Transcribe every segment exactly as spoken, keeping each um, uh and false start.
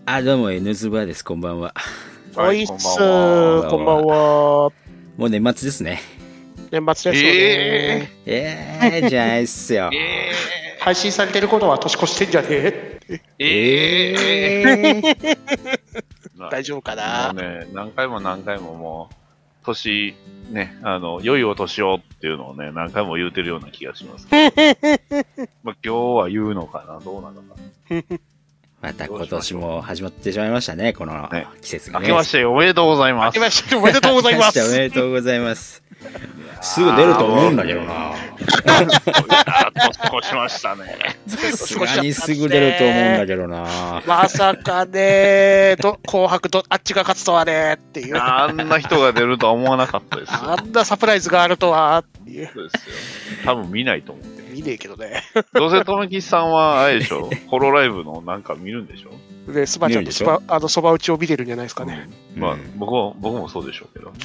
あ、どうも N ズバです。こんばんは。 おいっすー、こんばんは。 もう年末ですね。 年末ですよね。 えー、えー、じゃないっすよ。 えー、配信されてることは年越してんじゃねえ。 えー、 大丈夫かな。 もうね、何回も何回ももう年ね、あの良いお年をっていうのをね、何回も言うてるような気がしますけど。まあ今日は言うのかな、どうなのかな。 また今年も始まってしまいましたね、この季節がね。 明けましておめでとうございます。 明けましておめでとうございます。 おめでとうございます。すぐ出ると思うんだけどな。 年越しましたね。 さすがにすぐ出ると思うんだけどな。 まさかね、ど紅白とあっちが勝つとはねっていう。 あんな人が出るとは思わなかったですよ。 あんなサプライズがあるとはっていう。 そうですよ。多分見ないと思う。 見ねえけどね。 どうせとめきさんはあれでしょ、ホロライブのなんか見るんでしょ。 で、スバちゃんとそばあのそば打ちを見てるんじゃないですかね。 うん、まあ、うん、僕も僕もそうでしょうけど。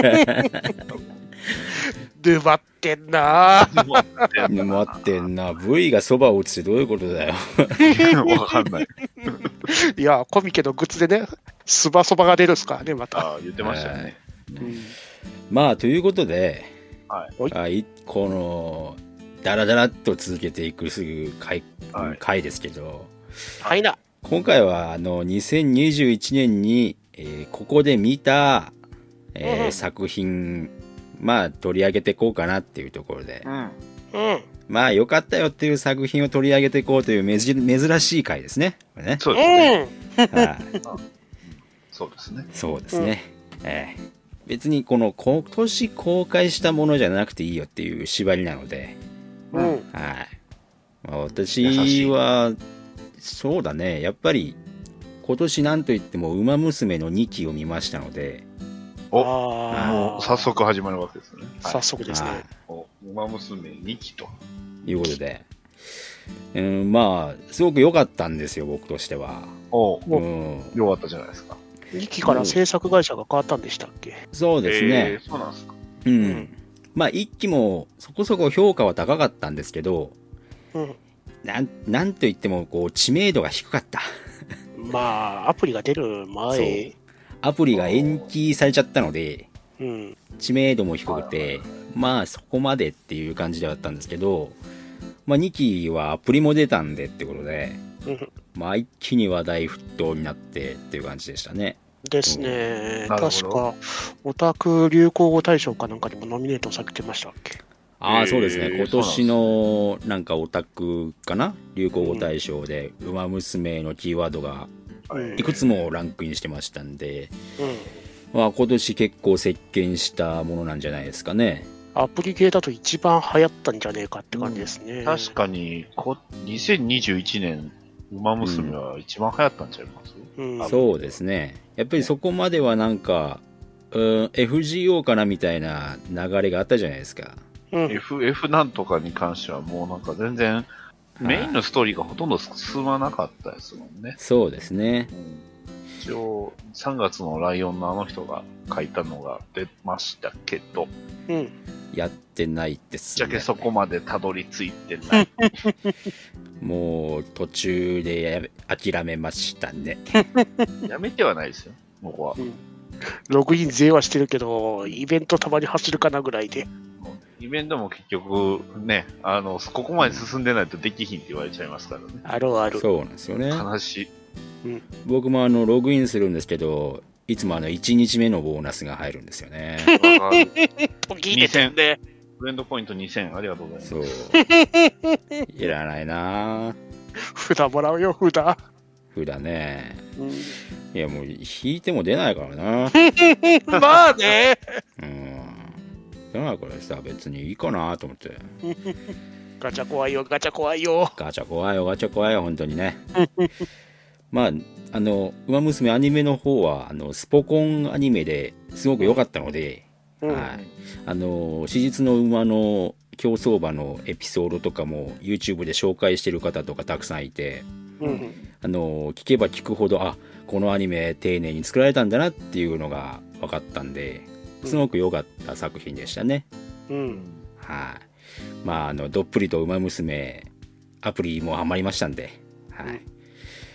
沼ってんなぁ。沼ってんな。V がそばを打つってどういうことだよ。 わかんない。 いや、コミケのグッズでね、スバそばが出るっすからね、また。 あ、言ってましたね。 うん、まあ、ということで、 はい、 あこの、だらだらっと続けていくすぐ回、はい、回ですけど、 はいな。 今回はあのにせんにじゅういちねんに、えー、ここで見た、えーうん、作品まあ取り上げていこうかなっていうところで、 うん、 まあ良かったよっていう作品を取り上げていこうというめじ珍しい回ですね。これねそうですね。 はい、 そうですね。 そうですね。うん、えー、別にこの今年公開したものじゃなくていいよっていう縛りなので、 うん、はい。 まあ、私はそうだね、やっぱり今年なんといっても「ウマ娘」のにきを見ましたので、 おもう早速始まるわけですね。 早速ですね。 おウマ娘にきということで、うん、まあすごく良かったんですよ、僕としては。 おう、うん、良かったじゃないですか。 にきから制作会社が変わったんでしたっけ。 そうですね、 えー、そうなんですか。 うん、うん、まあいっきもそこそこ評価は高かったんですけど、 うん、 なん、なんといってもこう知名度が低かったまあアプリが出る前、 アプリが延期されちゃったので、 うん、 知名度も低くて、まあそこまでっていう感じではあったんですけど、まあにきはアプリも出たんでってことで、 うん、 まあ一気に話題沸騰になってっていう感じでしたね。 ですね、うん、確かオタク流行語大賞かなんかにもノミネートされてましたっけ。 ああ、そうですね。今年のなんかオタクかな、流行語大賞で「ウマ娘」のキーワードがいくつもランクインしてましたんで、うん、まあ今年結構席巻したものなんじゃないですかね。 アプリ系だと一番流行ったんじゃねえかって感じですね。 うん、確かにこにせんにじゅういちねん「ウマ娘」は一番流行ったんちゃいます、 うんうん、そうですね。やっぱりそこまではなんか、うん、エフジーオー かなみたいな流れがあったじゃないですか。 うん、 F, F なんとかに関してはもうなんか全然メインのストーリーがほとんど進まなかったですもんね。 そうですね、うん、 一応さんがつのライオンのあの人が書いたのが出ましたけど、 うん、 やってないですね。ぶっちゃけそこまでたどり着いてないもう途中で諦めましたねやめてはないですよ僕は、うん、 ログイン税はしてるけどイベントたまに走るかなぐらいで。 イベントも結局ね、あのここまで進んでないとできひんって言われちゃいますからね。 あるある。 そうなんですよね。 悲しい。 うん、僕もあのログインするんですけど、いつもあのいちにちめのボーナスが入るんですよね。 わかる。にせんで。 フレンドポイントにせんありがとうございます。 そう。いらないな。 札もらうよ、札。 札ね。 うん、 いやもう引いても出ないからな。 まあね。 うん。だからこれさ、別にいいかなと思ってガチャ怖いよ、ガチャ怖いよ、 ガチャ怖いよ、ガチャ怖いよ、本当にねまああのウマ娘アニメの方はあのスポコンアニメですごく良かったので、うん、はい、あの史実の馬の競走馬のエピソードとかも YouTube で紹介してる方とかたくさんいて、 うん、 あの聞けば聞くほど、あ、このアニメ丁寧に作られたんだなっていうのが分かったんで、すごく良かった作品でしたね。 うん、 はい、まああのどっぷりとウマ娘アプリもハマりましたんで、はい、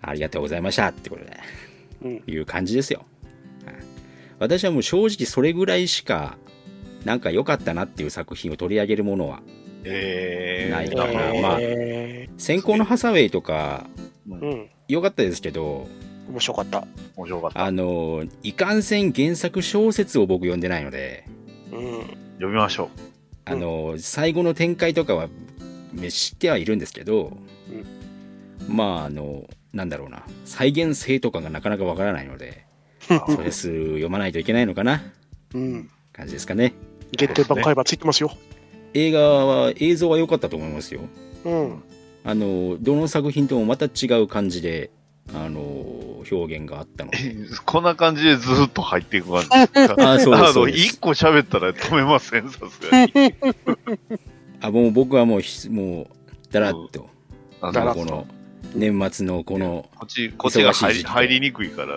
ありがとうございましたってことで、 うん、 いう感じですよ。私はもう正直それぐらいしかなんか良かったなっていう作品を取り上げるものはないかな、えー、まあ先行のハサウェイとか良かったですけど、 面白かった面白かったあのいかんせん原作小説を僕読んでないので、 うん、読みましょう。 あの、うん、最後の展開とかは知ってはいるんですけど、うん、まああのなんだろうな、再現性とかがなかなかわからないのでそれ数読まないといけないのかな、うん、感じですかね。 限定版買えばついてますよ。 映画は映像は良かったと思いますよ。 うん、あのどの作品ともまた違う感じであの表現があったのでこんな感じでずっと入っていく感じですか。あ、そうですそうです。いっこ喋ったら止めません、さすがに。 あ、もう僕はもうもうだらっと、うん、この年末のこのこっちこっちが入り、入りにくいから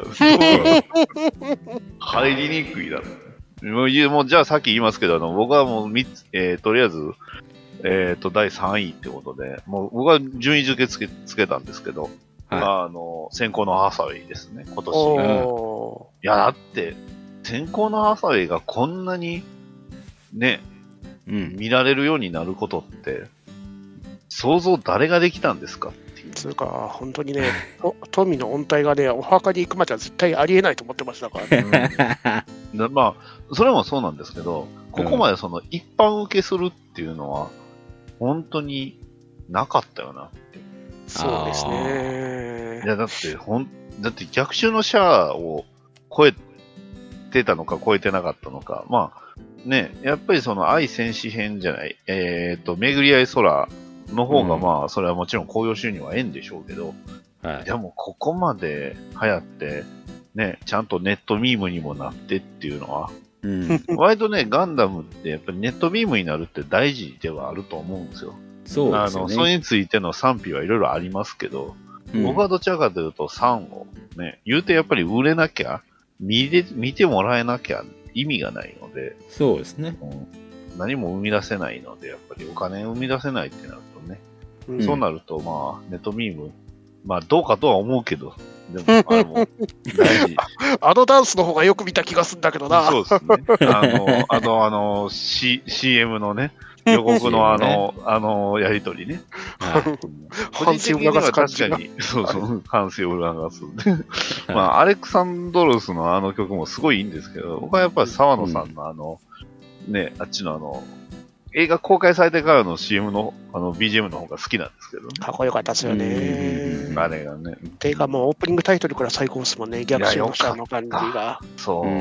入りにくいだろ。もう、もうじゃあさっき言いますけど、あの僕はもうみっつ、えー、とりあえず、えー、とだいさんいってことで、もう僕は順位付けつけつけたんですけど、はい、あの先行のハサウェイですね、今年。いやだって先行のハサウェイがこんなにね、うん、見られるようになることって想像誰ができたんですかっていう。 つうか本当にね、富の音体がねお墓に行くまでは絶対ありえないと思ってましたからね。 うん、まあそれもそうなんですけど、ここまでその一般受けするっていうのは本当になかったよなって。 そうですね。 いやだってほんだって逆襲のシャアを超えてたのか超えてなかったのか、まあね、やっぱりその愛戦士編じゃない、えっと巡り合い空の方がまあ、うん、それはもちろん興行収入はええんでしょうけど、はい、でもここまで流行ってね、ちゃんとネットミームにもなってっていうのは、うん、割とねガンダムってやっぱりネットミームになるって大事ではあると思うんですよ。 そうですよね。 あのそれについての賛否はいろいろありますけど、うん、僕はどちらかというとさんをね、言うてやっぱり売れなきゃ見れ見てもらえなきゃ意味がないので、 そうですね、 うん、何も生み出せないので、やっぱりお金生み出せないってなるとね、うん、そうなるとまあネットミーム、まあどうかとは思うけど、でもあれも大事あのダンスの方がよく見た気がするんだけどな。 そうですね。あのあのあの、C、シーエム のね。予告のあの、ね、あの、やりとりね。個人的には確かに、そうそう、反省を促す。まあ、アレクサンドロスのあの曲もすごいいいんですけど、僕はやっぱり沢野さんのあの、うん、ね、あっちのあの、映画公開されてからの シーエム のあの ビージーエム の方が好きなんですけどね。 かっこよかったですよね。 あれがね。 ていうかもうオープニングタイトルから最高ですもんね。逆襲のシャアの感じが。 そう。うん。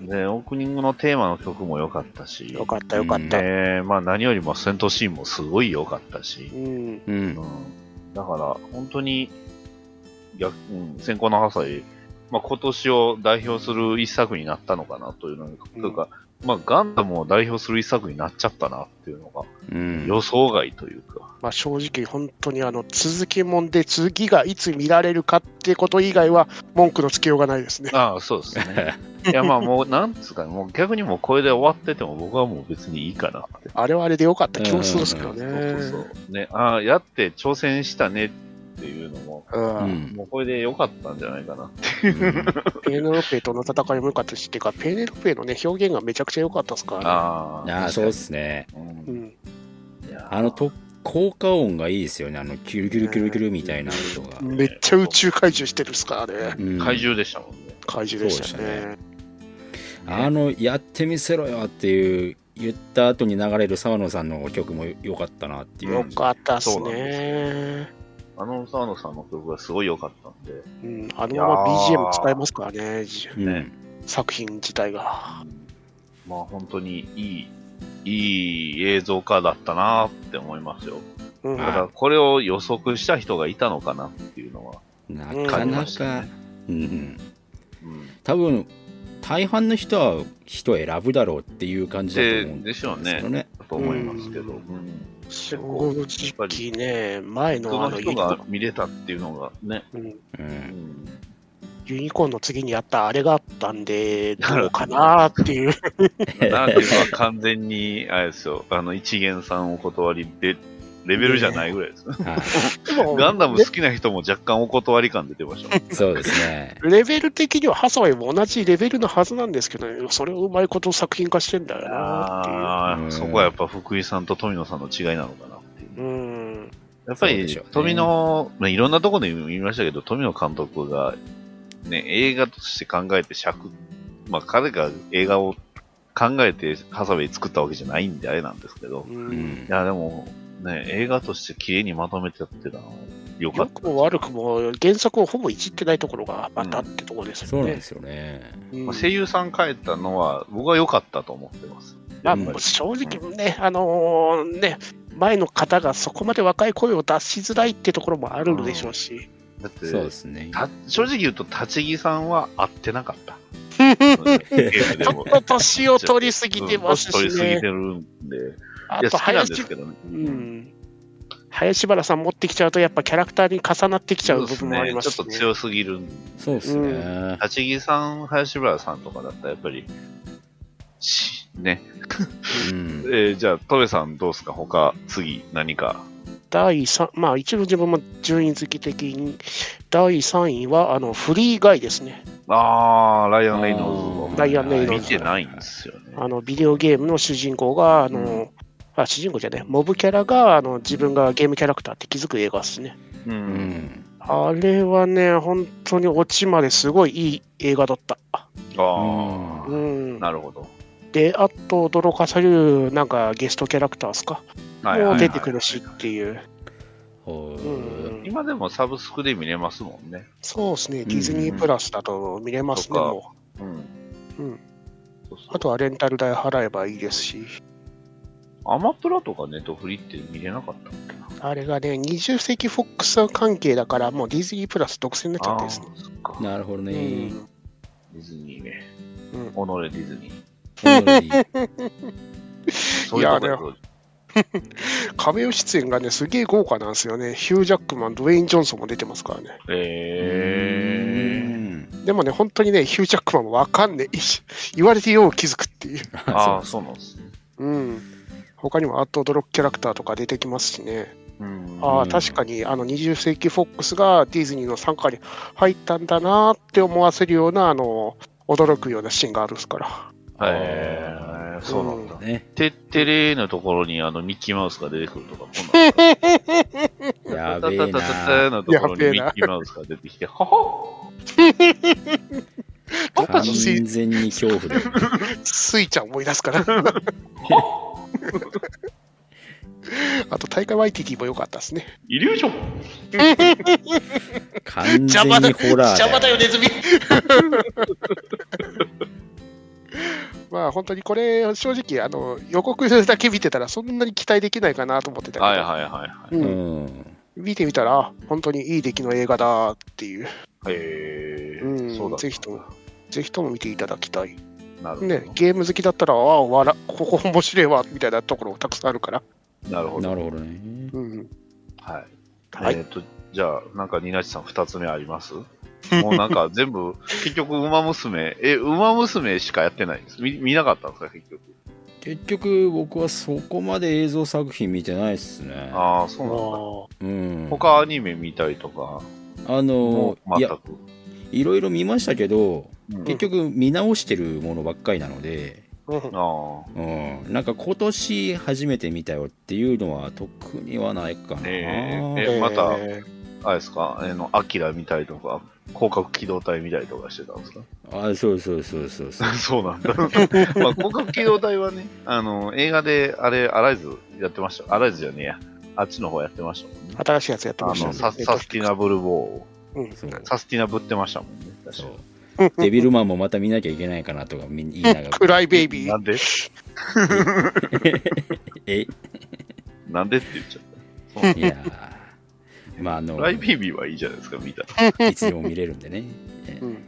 で、オープニングのテーマの曲も良かったし。 良かった良かった。 で、まあ何よりも戦闘シーンもすごい良かったし。うん。うん、だから本当に逆、うん、先行のハサウェイ、まあ今年を代表する一作になったのかなというのが、うん、というか、まあ、ガンダムを代表する一作になっちゃったなっていうのが、うん、予想外というか。 まあ、正直、本当にあの続きもんで、次がいつ見られるかってこと以外は、文句のつけようがないですね。 ああ、そうですね。いや、まあ、もう、なんつうか、もう逆にもうこれで終わってても、僕はもう別にいいかなって。 あれはあれでよかった気もするんですけどね。 そうそうそう。ね、ああ、やって挑戦したねっていうのも、うん、もうこれで良かったんじゃないかなっていう、うん、 ペーネロペとの戦いも良かったし、っていうか、ペーネロペのね、表現がめちゃくちゃ良かったですからね。 ああ、そうですね。うん、あのと効果音がいいですよね、あのキュルキュルキュルキュルみたいな音が。 めっちゃ宇宙怪獣してるっすからね。 うん、怪獣でしたもんね。 怪獣でしたね。ねあの、やってみせろよっていう言った後に流れる沢野さんの曲も良かったなっていう。 良かったっすね。 あの沢野さんの曲がすごい良かったんで、 うん、あのまま ビージーエム 使えますからね、ね、作品自体が。 まあ本当にいい、いい映像化だったなって思いますよ。うん、ただこれを予測した人がいたのかなっていうのは、 なかなか、うんうん、多分大半の人は人を選ぶだろうっていう感じだと思うんですよね。 でしょうね。と思いますけど。うんうん正直ね、前のあの人が見れたっていうのがね、うんうん、 ユニコーンの次にやったあれがあったんで、どうかなっていう。 なんていうのは完全に、あれですよ、あの一元さんお断りでレベルじゃないぐらいですね。 はいガンダム好きな人も若干お断り感出てましたもん。 そうですね。 レベル的にはハサウェイも同じレベルのはずなんですけどね、それをうまいこと作品化してんだよなああ、 うんそこはやっぱ福井さんと富野さんの違いなのかなっていう。 っていう。うん。 やっぱりそうでしょうね富野、まあ、いろんなところで言いましたけど、富野監督が、ね、映画として考えて尺、まあ彼が映画を考えてハサウェイ作ったわけじゃないんであれなんですけど、 ううんんい。やでも、ね、映画として綺麗にまとめてやってたのはよかった。 良くも悪くも原作をほぼいじってないところがまたってところですよね。 そうなんですよね。 うんまあ、声優さん変えたのは僕は良かったと思ってます。 まあ、 うんもう正直ね、あのーね、前の方がそこまで若い声を出しづらいってところもあるでしょうし、 だってそうですね。 た正直言うと立木さんは合ってなかった。ゲームでもちょっと年を取りすぎてますしうん年取りすぎねて。るんで、いあとや好きなんです林、 けどね。 うん、林原さん持ってきちゃうと、やっぱキャラクターに重なってきちゃう部分もありますし、 ちょっと強すぎるんで。 そうですね。 立木さん、林原さんとかだったらやっぱり、しね。 うん。 えーじゃあ、トメさんどうですか他、次、何か。 だいさん、まあ一応自分も順位付き的に、だいさんいはあのフリーガイですね。 あー、ライアン・レイノーズの。 ライアンレイノーズ見てないんですよね。 あのビデオゲームの主人公が、あの、 うんあ主人公じゃね、モブキャラがあの自分がゲームキャラクターって気づく映画ですね。 う。 うんん。 あれはね、本当にオチまですごいいい映画だった。 あうー、 ん。 なるほど。 で、あと驚かされるなんかゲストキャラクターですか、もうはいはいはい出てくるしっていう。 ほううん今でもサブスクで見れますもんね。 そうですね、ディズニープラスだと見れますね、 とかもうん。 う。うん。 そうそうあとはレンタル代払えばいいですし、 アマプラとかネットフリって見れなかったっけな。 あれがね、にじゅっ世紀フォックス関係だから、もうディズニープラス独占になっちゃってですね。 あーそっか。 なるほどね。 うんディズニーね。 うんオノレディズニー。 ほんのりそういうとこいやろカメオ出演がね、すげえ豪華なんですよね。ヒュー・ジャックマン、ドウェイン・ジョンソンも出てますからね。 えー。 うんでもね、本当にね、ヒュー・ジャックマンもわかんねえ。言われてよう気づくっていう。 ああ、そうなんですね。 うん。他にもアート驚くキャラクターとか出てきますしね。 うん。 ああ、 うん確かにあのにじゅっ世紀フォックスがディズニーの傘下に入ったんだなって思わせるような、あの、驚くようなシーンがあるんですから。 えー、そうなんだ。 ね。 てってれーのところにあのミッキーマウスが出てくるとか、こんなんやべえタタタタタな。 のところにミッキーマウスが出てきて、はは完全に恐怖だよ。 スイちゃん思い出すから。あと、タイカ・ワイティティも良かったですね。 イリュージョン完全にホラー邪魔だよ、 だよ。 ネズミ。まあ、本当にこれ、正直、あの予告だけ見てたら、そんなに期待できないかなと思ってたけど、 はいはいはいはい。 う、 うんん。 見てみたら、あ本当にいい出来の映画だっていう、 へうんー、そうだ。 ぜひとも、ぜひとも見ていただきたい。 なるほど。 ね、ゲーム好きだったら、ああ、わら、ここ面白いわ、みたいなところたくさんあるから。 なるほど。 なるほどね。 うん、 はい。 はいえっ、と、じゃあ、なんか、ニナチさん二つ目ありますもうなんか全部、結局、ウマ娘、え、ウマ娘しかやってないんです。見見なかったんですか、結局。 結局僕はそこまで映像作品見てないっすね。 ああ、そうなんだ。 うん。 他アニメ見たりとか、 あものいやう全く。 いろいろ見ましたけど、 うん結局見直してるものばっかりなので、 うんあうん、なんか今年初めて見たよっていうのは特にはないかな。 えーえまたえあ、あれですか、あの、アキラ見たりとか、広角機動隊見たりとかしてたんですかあ、そうそうそうそうそう。 そうなんだ。まあ、広角機動隊はね、あの、映画で、あれ、アライズやってました。アライズじゃねえや。あっちの方やってましたもんね。 ー新しいやつやってあましたの、ササスティナブルボうんーそうサスティナブってましたもんね。確かそうに。 デビルマンもまた見なきゃいけないかなとかみん言いながら。 クライベイビー。 なんでえなんでって言っちゃっいやーまああた。 のライベイビーはいいじゃないですか、見たら。 いつでも見れるんでね。えうん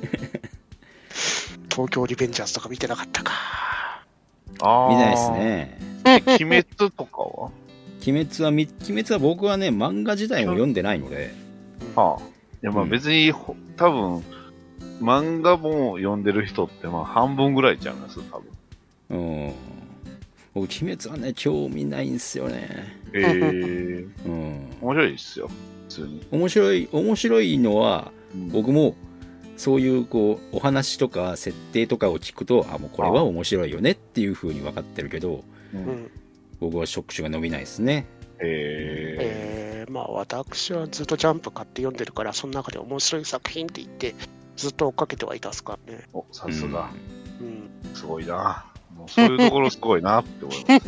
東京リベンジャーズとか見てなかったか。 あ見ないです。ね。 鬼滅とかは鬼滅はみ鬼滅は僕はね漫画自体も読んでないので。 はあ。いや、まあうん別に、ほ多分、漫画も読んでる人って、まあ半分ぐらいちゃいます、多分。 うん。 僕鬼滅はね興味ないんですよね。 えー、 うん、 面白いですよ普通に。 面白い面白いのは、 うん、 僕もそういうこうお話とか設定とかを聞くと、あもうこれは面白いよねっていう風に分かってるけど、 うん、 僕は触手が伸びないですね。 えー、まあ私はずっとジャンプ買って読んでるから、その中で面白い作品って言ってずっと追っかけてはいたっすからね。 お、さすが、 うん、 すごいな。もうそういうところすごいなって思います。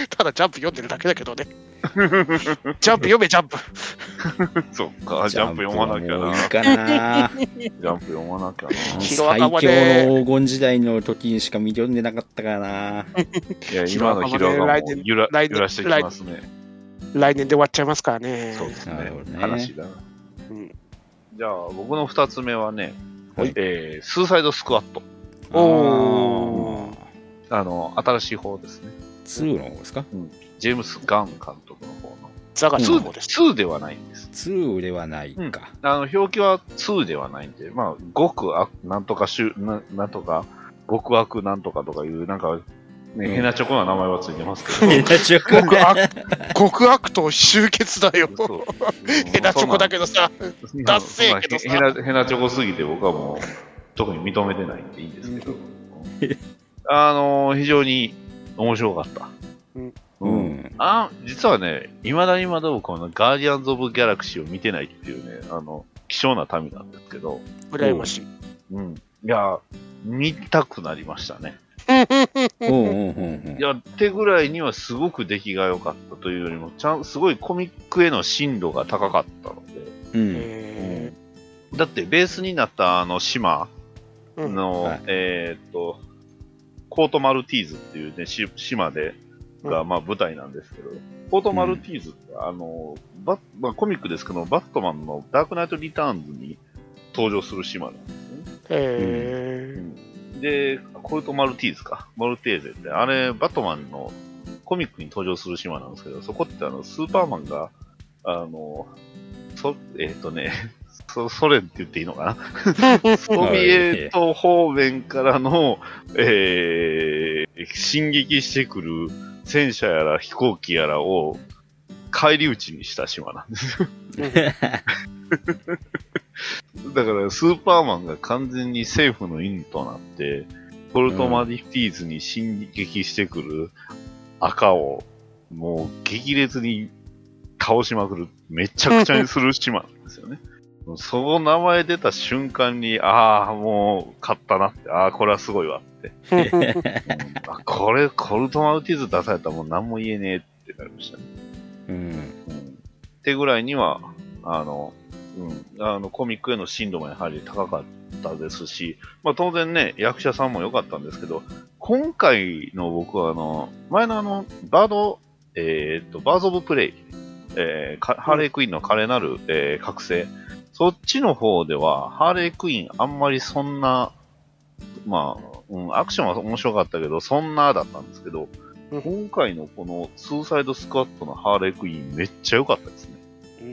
ただジャンプ読んでるだけだけどね。ジャンプ読めジャンプ。 そっか、ジャンプ読まなきゃな。 いいかなジャンプ読まなきゃな。 最強の黄金時代の時にしか見て読んでなかったからな。 いや、今のヒロアカも揺ら揺らしてきますね。 来年で終わっちゃいますからね。 そうですね。 ね話だな。 うん、 じゃあ、僕の二つ目はね、はいえー、スーサイドスクワット。 おー。 あの、新しい方ですね。 ツーの方ですか、 うん、ジェームス・ガン監督の方の。 ザガツーの方です。 ツーではないんです。 ツーではないか。 うん、あの表記はツーではないんで、まあ、極悪、なんとかしゅな、なんとか、極悪なんとかとかいう、なんか、ね、ヘナチョコな名前はついてますけど。 ヘナチョコ極悪、極悪と集結だよ。ヘナチョコだけどさ、ダッセーけどさ。 ヘナ、ヘナチョコすぎて僕はもう、特に認めてないんでいいんですけど。あのー、非常に面白かった。 うんうん、 あ実はね、いまだにまだ僕はのガーディアンズ・オブ・ギャラクシーを見てないっていうね、あの、希少な民なんですけど。 羨ましい。 うん。いや、見たくなりましたね。いや、ってぐらいにはすごく出来が良かったというよりも、ちゃんすごいコミックへの深度が高かったので。 うんうん、だってベースになったあの島の、 うんはい、 えー、っと、コート・マルティーズっていうね、島で、が、まあ、舞台なんですけど、コート・マルティーズって、うん、あのバまあ、コミックですけど、バットマンのダークナイト・リターンズに登場する島なんですね。 へー、 うん、で、コート・マルティーズか、マルテーゼって、あれ、バットマンのコミックに登場する島なんですけど、そこってあのスーパーマンが、あの、そえっ、ー、とね、ソ, ソ連って言っていいのかなソビエト方面からの、えー、進撃してくる戦車やら飛行機やらを返り討ちにした島なんですよ。だからスーパーマンが完全に政府の犬となって、ポルトマディフィーズに進撃してくる赤をもう激烈に倒しまくる、めちゃくちゃにする島なんですよね。その名前出た瞬間に、ああ、もう勝ったなって、ああ、これはすごいわって。うん、あこれ、コルトマルティーズ出されたらもう何も言えねえってなりましたね。 うん。うん、 ってぐらいには、あの、うん、あのコミックへの深度もやはり高かったですし、まあ当然ね、役者さんも良かったんですけど、今回の僕はあの、前のあの、バード、えー、っと、バーズ・オブ・プレイ、えー、ハーレークイーンの華麗なる、えー、覚醒、そっちの方では、ハーレークイーンあんまりそんな、まあ、うん、アクションは面白かったけど、そんなだったんですけど、今回のこのスーサイドスクワットのハーレークイーンめっちゃ良かったですね。 うん。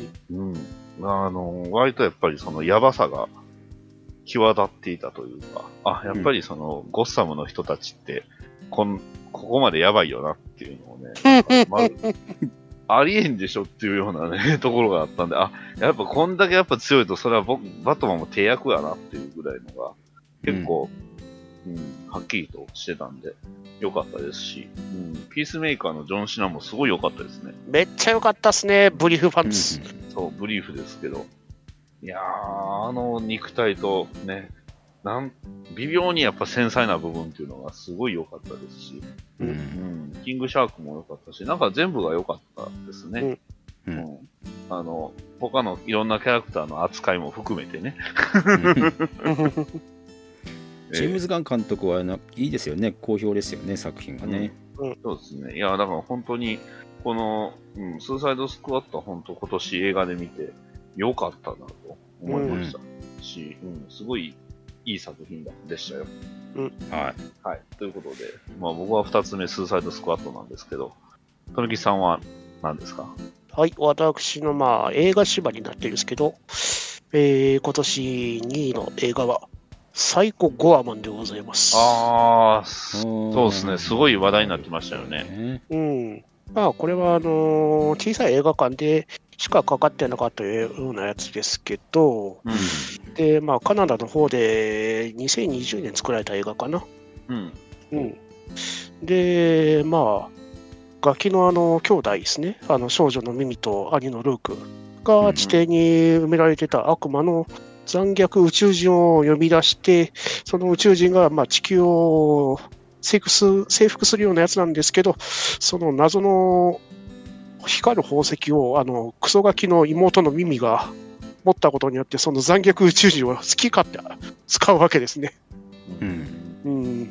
うん。あの、割とやっぱりそのヤバさが際立っていたというか、あ、やっぱりその、うん、ゴッサムの人たちって、こん、ここまでやばいよなっていうのをね、まありえんでしょっていうようなね、ところがあったんで、あ、やっぱこんだけやっぱ強いと、それは僕、バットマンも手役やなっていうぐらいのが、結構、うん、うん、はっきりとしてたんで、良かったですし、うん、ピースメーカーのジョン・シナもすごい良かったですね。 めっちゃ良かったっすね、ブリーフパンツ。 うん、そう、ブリーフですけど。いやー、あの肉体とね、なん微妙にやっぱ繊細な部分っていうのがすごい良かったですし、 うんうんうん、キングシャークも良かったし、なんか全部が良かったですね。うんうん、あの他のいろんなキャラクターの扱いも含めてね。 ジェームズ・ガン監督はいいですよね、好評ですよね、作品がね。 うんうん、そうですね。いや、だから本当に、この、うん、スーサイドスクワットは本当今年映画で見て良かったなと思いました、うん、し、うん、すごいいい作品でしたよ。 うん、 はい。 はい。ということで、まあ僕は二つ目、スーサイドスクワットなんですけど、富木さんは何ですか？ はい、私のまあ映画縛りになってるんですけど、えー、今年にいの映画は、 サイコ・ゴアマンでございます。 ああ、そうですね。すごい話題になってましたよね。 うん。まあ、これは、あのー、小さい映画館でしかかかってなかったようなやつですけど、うん、で、まあ、カナダの方でにせんにじゅうねん作られた映画かな。うん。うん。で、まあ、ガキのあの兄弟ですね、あの少女のミミと兄のルークが地底に埋められてた悪魔の残虐宇宙人を呼び出して、その宇宙人がまあ地球を征服す、征服するようなやつなんですけど、その謎の光る宝石をあのクソガキの妹のミミが持ったことによって、その残虐宇宙人を好き勝手使うわけですね。うんうん、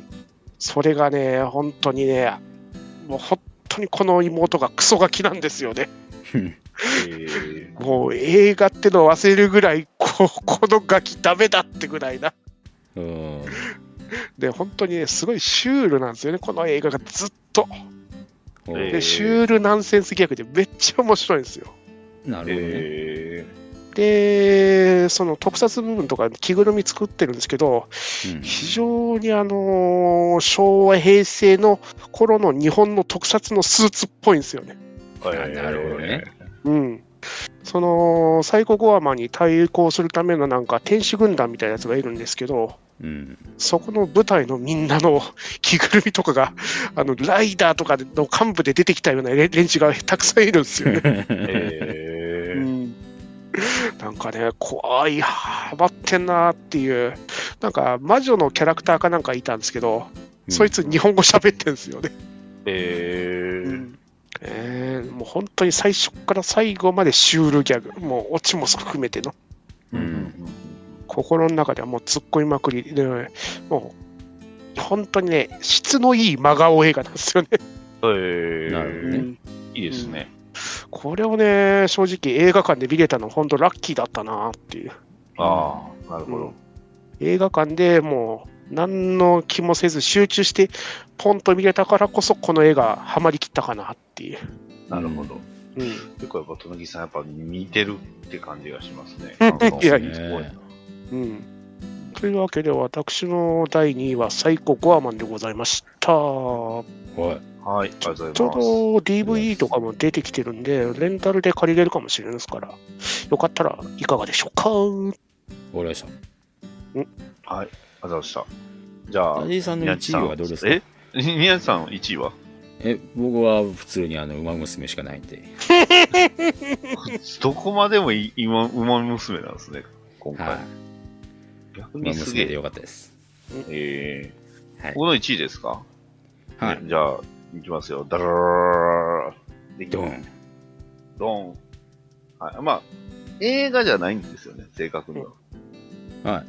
それがね、本当にね、もう本当にこの妹がクソガキなんですよね。えー、もう映画ってのを忘れるぐらい こ, このガキダメだってぐらいな。うんで本当にねすごいシュールなんですよね、この映画がずっと。でシュールナンセンスギャグでめっちゃ面白いんですよ。 なるほどね。えーでその特撮部分とか着ぐるみ作ってるんですけど、うん、非常にあのー、昭和平成の頃の日本の特撮のスーツっぽいんですよね。 えー、なるほどね。 うん、そのサイコゴアマンに対抗するためのなんか天使軍団みたいなやつがいるんですけど、うん、そこの部隊のみんなの着ぐるみとかがあのライダーとかの幹部で出てきたような連中がたくさんいるんですよね。えーうんなんかね、怖い、ハマってんなっていう、なんか魔女のキャラクターかなんかいたんですけど、うん、そいつ日本語喋ってるんですよね。えーうんえー、もう本当に最初から最後までシュールギャグ、もうオチも含めての、うん、心の中ではもう突っ込みまくりで、もう本当にね、質のいい真顔映画なんですよね。えー、なるほどね、うん、いいですね。 これをね、正直映画館で見れたの本当ラッキーだったなっていう。 ああ、なるほど、うん。 映画館でもう何の気もせず集中してポンと見れたからこそこの映画ハマりきったかなっていう。 なるほど。うん、結構やっぱ戸木さんやっぱ似てるって感じがしますね。 いやいや、すごいな。うん。というわけで私のだいにいはサイコゴアマンでございました。はい。 はい、ありがとうございます。 ちょうど ディーブイディー とかも出てきてるんで、レンタルで借りれるかもしれないですから、よかったらいかがでしょうか。 わかりました。 んはい、ありがとうございました。じゃあ、 ダディさんのいちいはどうですか？ え宮地さんいちいは？ え、僕は普通にあの、馬娘しかないんで。 どこまでもい馬馬娘なんですね、今回。はい、 逆にすげえでよかったです。 えー、はい、このいちいですか？はい。じゃあ、いきますよ。ダラララでドン。 ドン。はい。まあ、映画じゃないんですよね、正確には。 はい。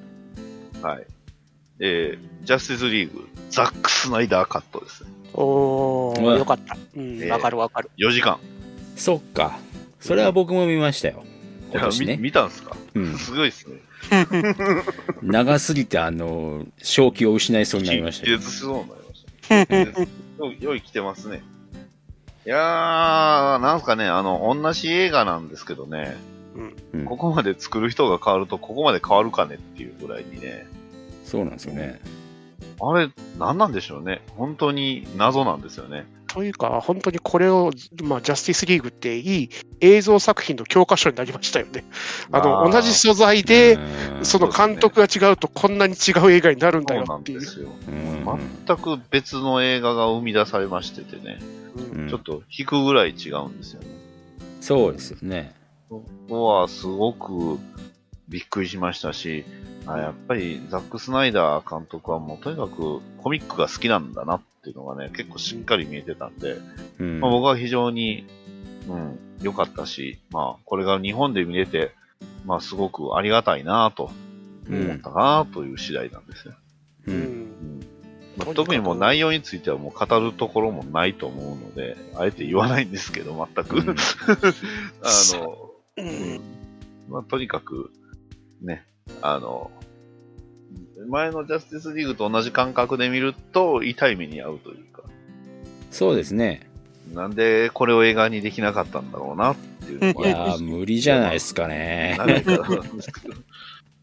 はい。えー、ジャスティスリーグ、ザック・スナイダーカットですね。 おー、よかった。うん、わかるわかる。 よじかん。 そっか。それは僕も見ましたよ。今年ね。 見たんすか？うん。すごいっすね。 長すぎて、あの、正気を失いそうになりました。 気絶しそうになりました。よい来てますね。いやー、なんすかね、あの、同じ映画なんですけどね、うん、ここまで作る人が変わると、ここまで変わるかねっていうぐらいにね。 そうなんですよね。 あれ、なんなんでしょうね。本当に謎なんですよね。 というか、本当にこれを、まあ、ジャスティスリーグっていい映像作品の教科書になりましたよね。あの、同じ素材で、その監督が違うとこんなに違う映画になるんだよっていう。 そうなんですよ。全く別の映画が生み出されましててね、うん、ちょっと引くぐらい違うんですよね。 そうですよね。 ここはすごくびっくりしましたし、あやっぱりザック・スナイダー監督はもうとにかくコミックが好きなんだなっていうのがね、結構しっかり見えてたんで、うんまあ、僕は非常に良、うん、かったし、まあこれが日本で見れて、まあすごくありがたいなと思ったなという次第なんですね。うんうんまあ、特にもう内容についてはもう語るところもないと思うので、あえて言わないんですけど、全く。うん、あの、うんまあ、とにかく、ね、あの、前のジャスティスリーグと同じ感覚で見ると痛い目に遭うというか。 そうですね。 なんでこれを映画にできなかったんだろうなっていうのが。いやー、無理じゃないですかね。 長いからなんですけど。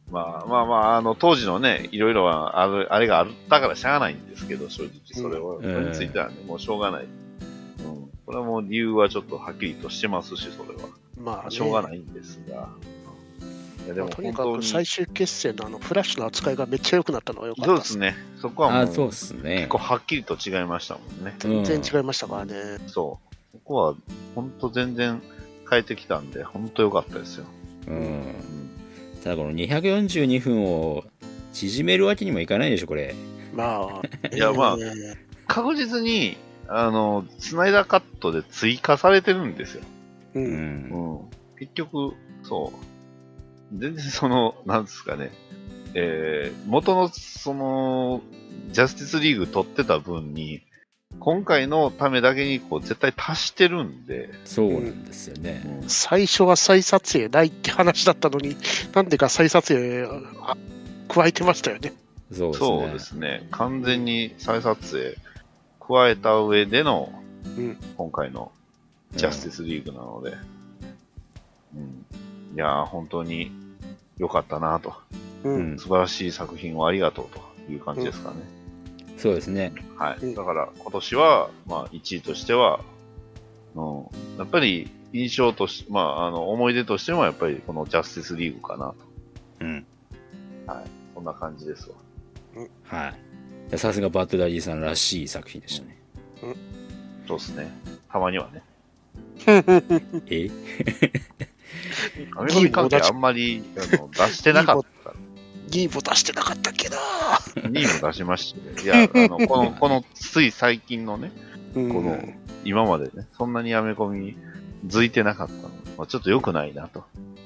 まあまあまあ、あの、当時のね、いろいろはある、あれがあったからしゃあないんですけど、正直それは、 うんそれについてはね、もうしょうがない。うん。これはもう理由はちょっとはっきりとしてますし、それは。 まあ、ね、 しょうがないんですが。いやでもまあとに本当にかく最終決戦のあのフラッシュの扱いがめっちゃ良くなったのは良かったそうですね。そこはもう、 あそうですね結構はっきりと違いましたもんね。 全然違いましたからね。 そう。ここは、本当全然変えてきたんで、本当良かったですよ。 うん、 うんただこのにひゃくよんじゅうにふんを縮めるわけにもいかないでしょこれ。 まあ、 いやまあえー確実に、あの、スナイダーカットで追加されてるんですよ。 う、 うんんうん。結局、そう。全然その、なんですかね。えー、元の、その、ジャスティスリーグ取ってた分に、今回のためだけにこう絶対足してるんで、 そうなんですよね、 うん最初は再撮影ないって話だったのに、なんでか再撮影あ加えてましたよね。 そうですねそうですね。完全に再撮影加えた上での、 うん今回のジャスティスリーグなので、うんいやー、本当に良かったなと。 うんうん素晴らしい作品をありがとうという感じですかね。 そうですね。 はい。 うんだから今年は、まあいちいとしては、うん、やっぱり印象とし、まああの思い出としてもやっぱりこのジャスティスリーグかなと。 うんはい。そんな感じですわ。 はいさすがバッドダディさんらしい作品でしたね。 そうですね。たまにはね。 えアメコミ関係あんまりあの出してなかった。 にも出してなかったっけな。 にいも出しましたね。いや、あの、この、この、つい最近のね、 うんこの、今までね、そんなにアメコミづいてなかったの。まあ、ちょっと良くないなと。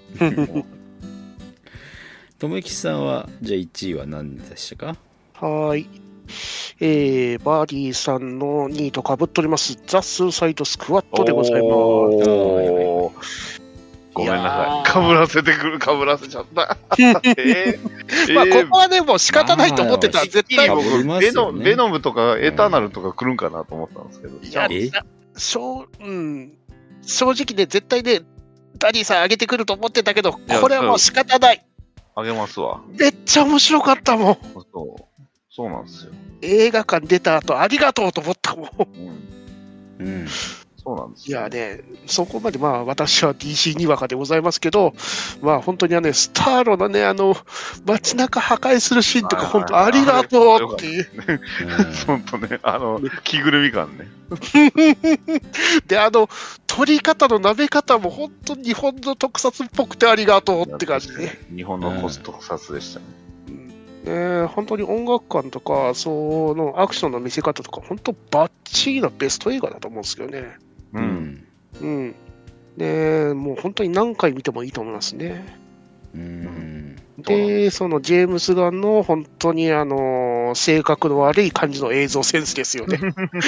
ともゆきさんはじゃあいちいは何でしたか？ はーい。えー、バーディーさんのにいと被っております、ザ・スーサイド・スクワットでございます。 おーごめんなさい。かぶらせてくる、かぶらせちゃった。えー、 まあ、 えーここはね、もう仕方ないと思ってた。 まあ絶対まあ僕被りますベノよねベノムとかエターナルとか来るんかなと思ったんですけど。 いやえ正うん、正直ね、絶対ね、ダディさん上げてくると思ってたけど、 やこれはもう仕方ない。 あげますわ。 めっちゃ面白かったもん。 そう。そうなんですよ。 映画館出た後、ありがとうと思ったもん。 うん。 うんそうなんですいよ。 やね、そこまでまあ私は ディーシー にわかでございますけど、まあ本当にあのね、スターロのね、あの、街中破壊するシーンとか、本当ありがとうっていう。 本当ね、あの、着ぐるみ感ね。 で、あの、撮り方の舐め方も本当に日本の特撮っぽくてありがとうって感じでね。 日本のコスト撮でしたね。 ね、本当に音楽館とか、そのアクションの見せ方とか、本当バッチリなベスト映画だと思うんですけどね。 う。 うんんうん。で、もう本当に何回見てもいいと思いますね。 うんで、そのジェームス・ガンの本当にあの性格の悪い感じの映像センスですよね。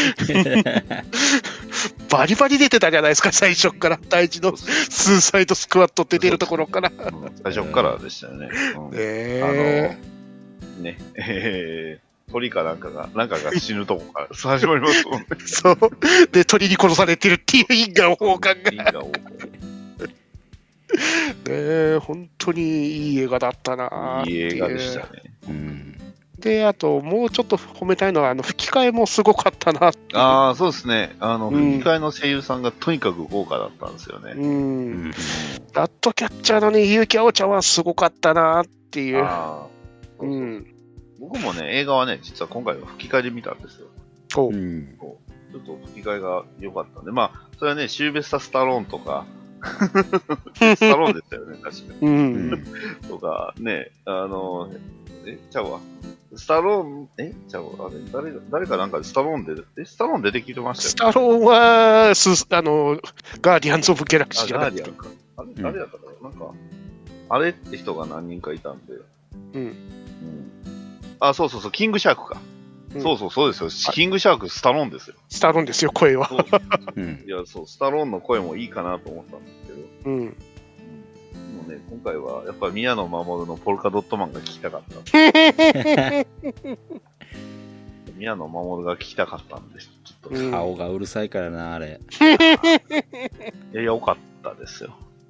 バリバリ出てたじゃないですか、最初から。大事のスーサイドスクワットって出るところから。ねうん最初からでしたよね。うんえ。 あの、ね、えー、鳥かなんかが、なんかが死ぬとこから始まりますもんね。 そう。で、鳥に殺されてるっていう因果応報が。 因果応報ねえ、本当にいい映画だったなーっていう。 いい映画でしたね。 うんで、あと、もうちょっと褒めたいのは、あの吹き替えもすごかったなっていう。 ああ、そうですね。あの、 うん吹き替えの声優さんがとにかく豪華だったんですよね。 うん。 うんラットキャッチャーのね、結城あおちゃんはすごかったなっていう。 あーうん。 僕もね、映画はね、実は今回は吹き替えで見たんですよ。 おう。 うんちょっと吹き替えが良かったんで、まあ、それはね、シューベスタ・スタローンとか、スタローンでしたよね、確かう。 うんんとか、ね、あの、え、ちゃうわ。スタローン、えちゃうわ。あれ、誰が、誰かなんかでスタローンで、え、スタローン出てきてまスしたよタローンは、すあの、ガーディアンズ・オブ・ギャラクシーあ、 じゃなくてガーディアン。か。あれ、誰だったかな、なんか、あれって人が何人かいたんで。 うん。 うん。あ、そうそうそう、キングシャークか。 うんそうそう、そうですよ。キングシャーク、スタローンですよ。 スタローンですよ、声は。 そううんいや、そう、スタローンの声もいいかなと思ったんですけど、 うん。 もうね、今回はやっぱ宮野真守のポルカドットマンが聞きたかった。宮野真守が聞きたかったんです。ちょっと、 うん顔がうるさいからなあれ。 いや、良かったですよ。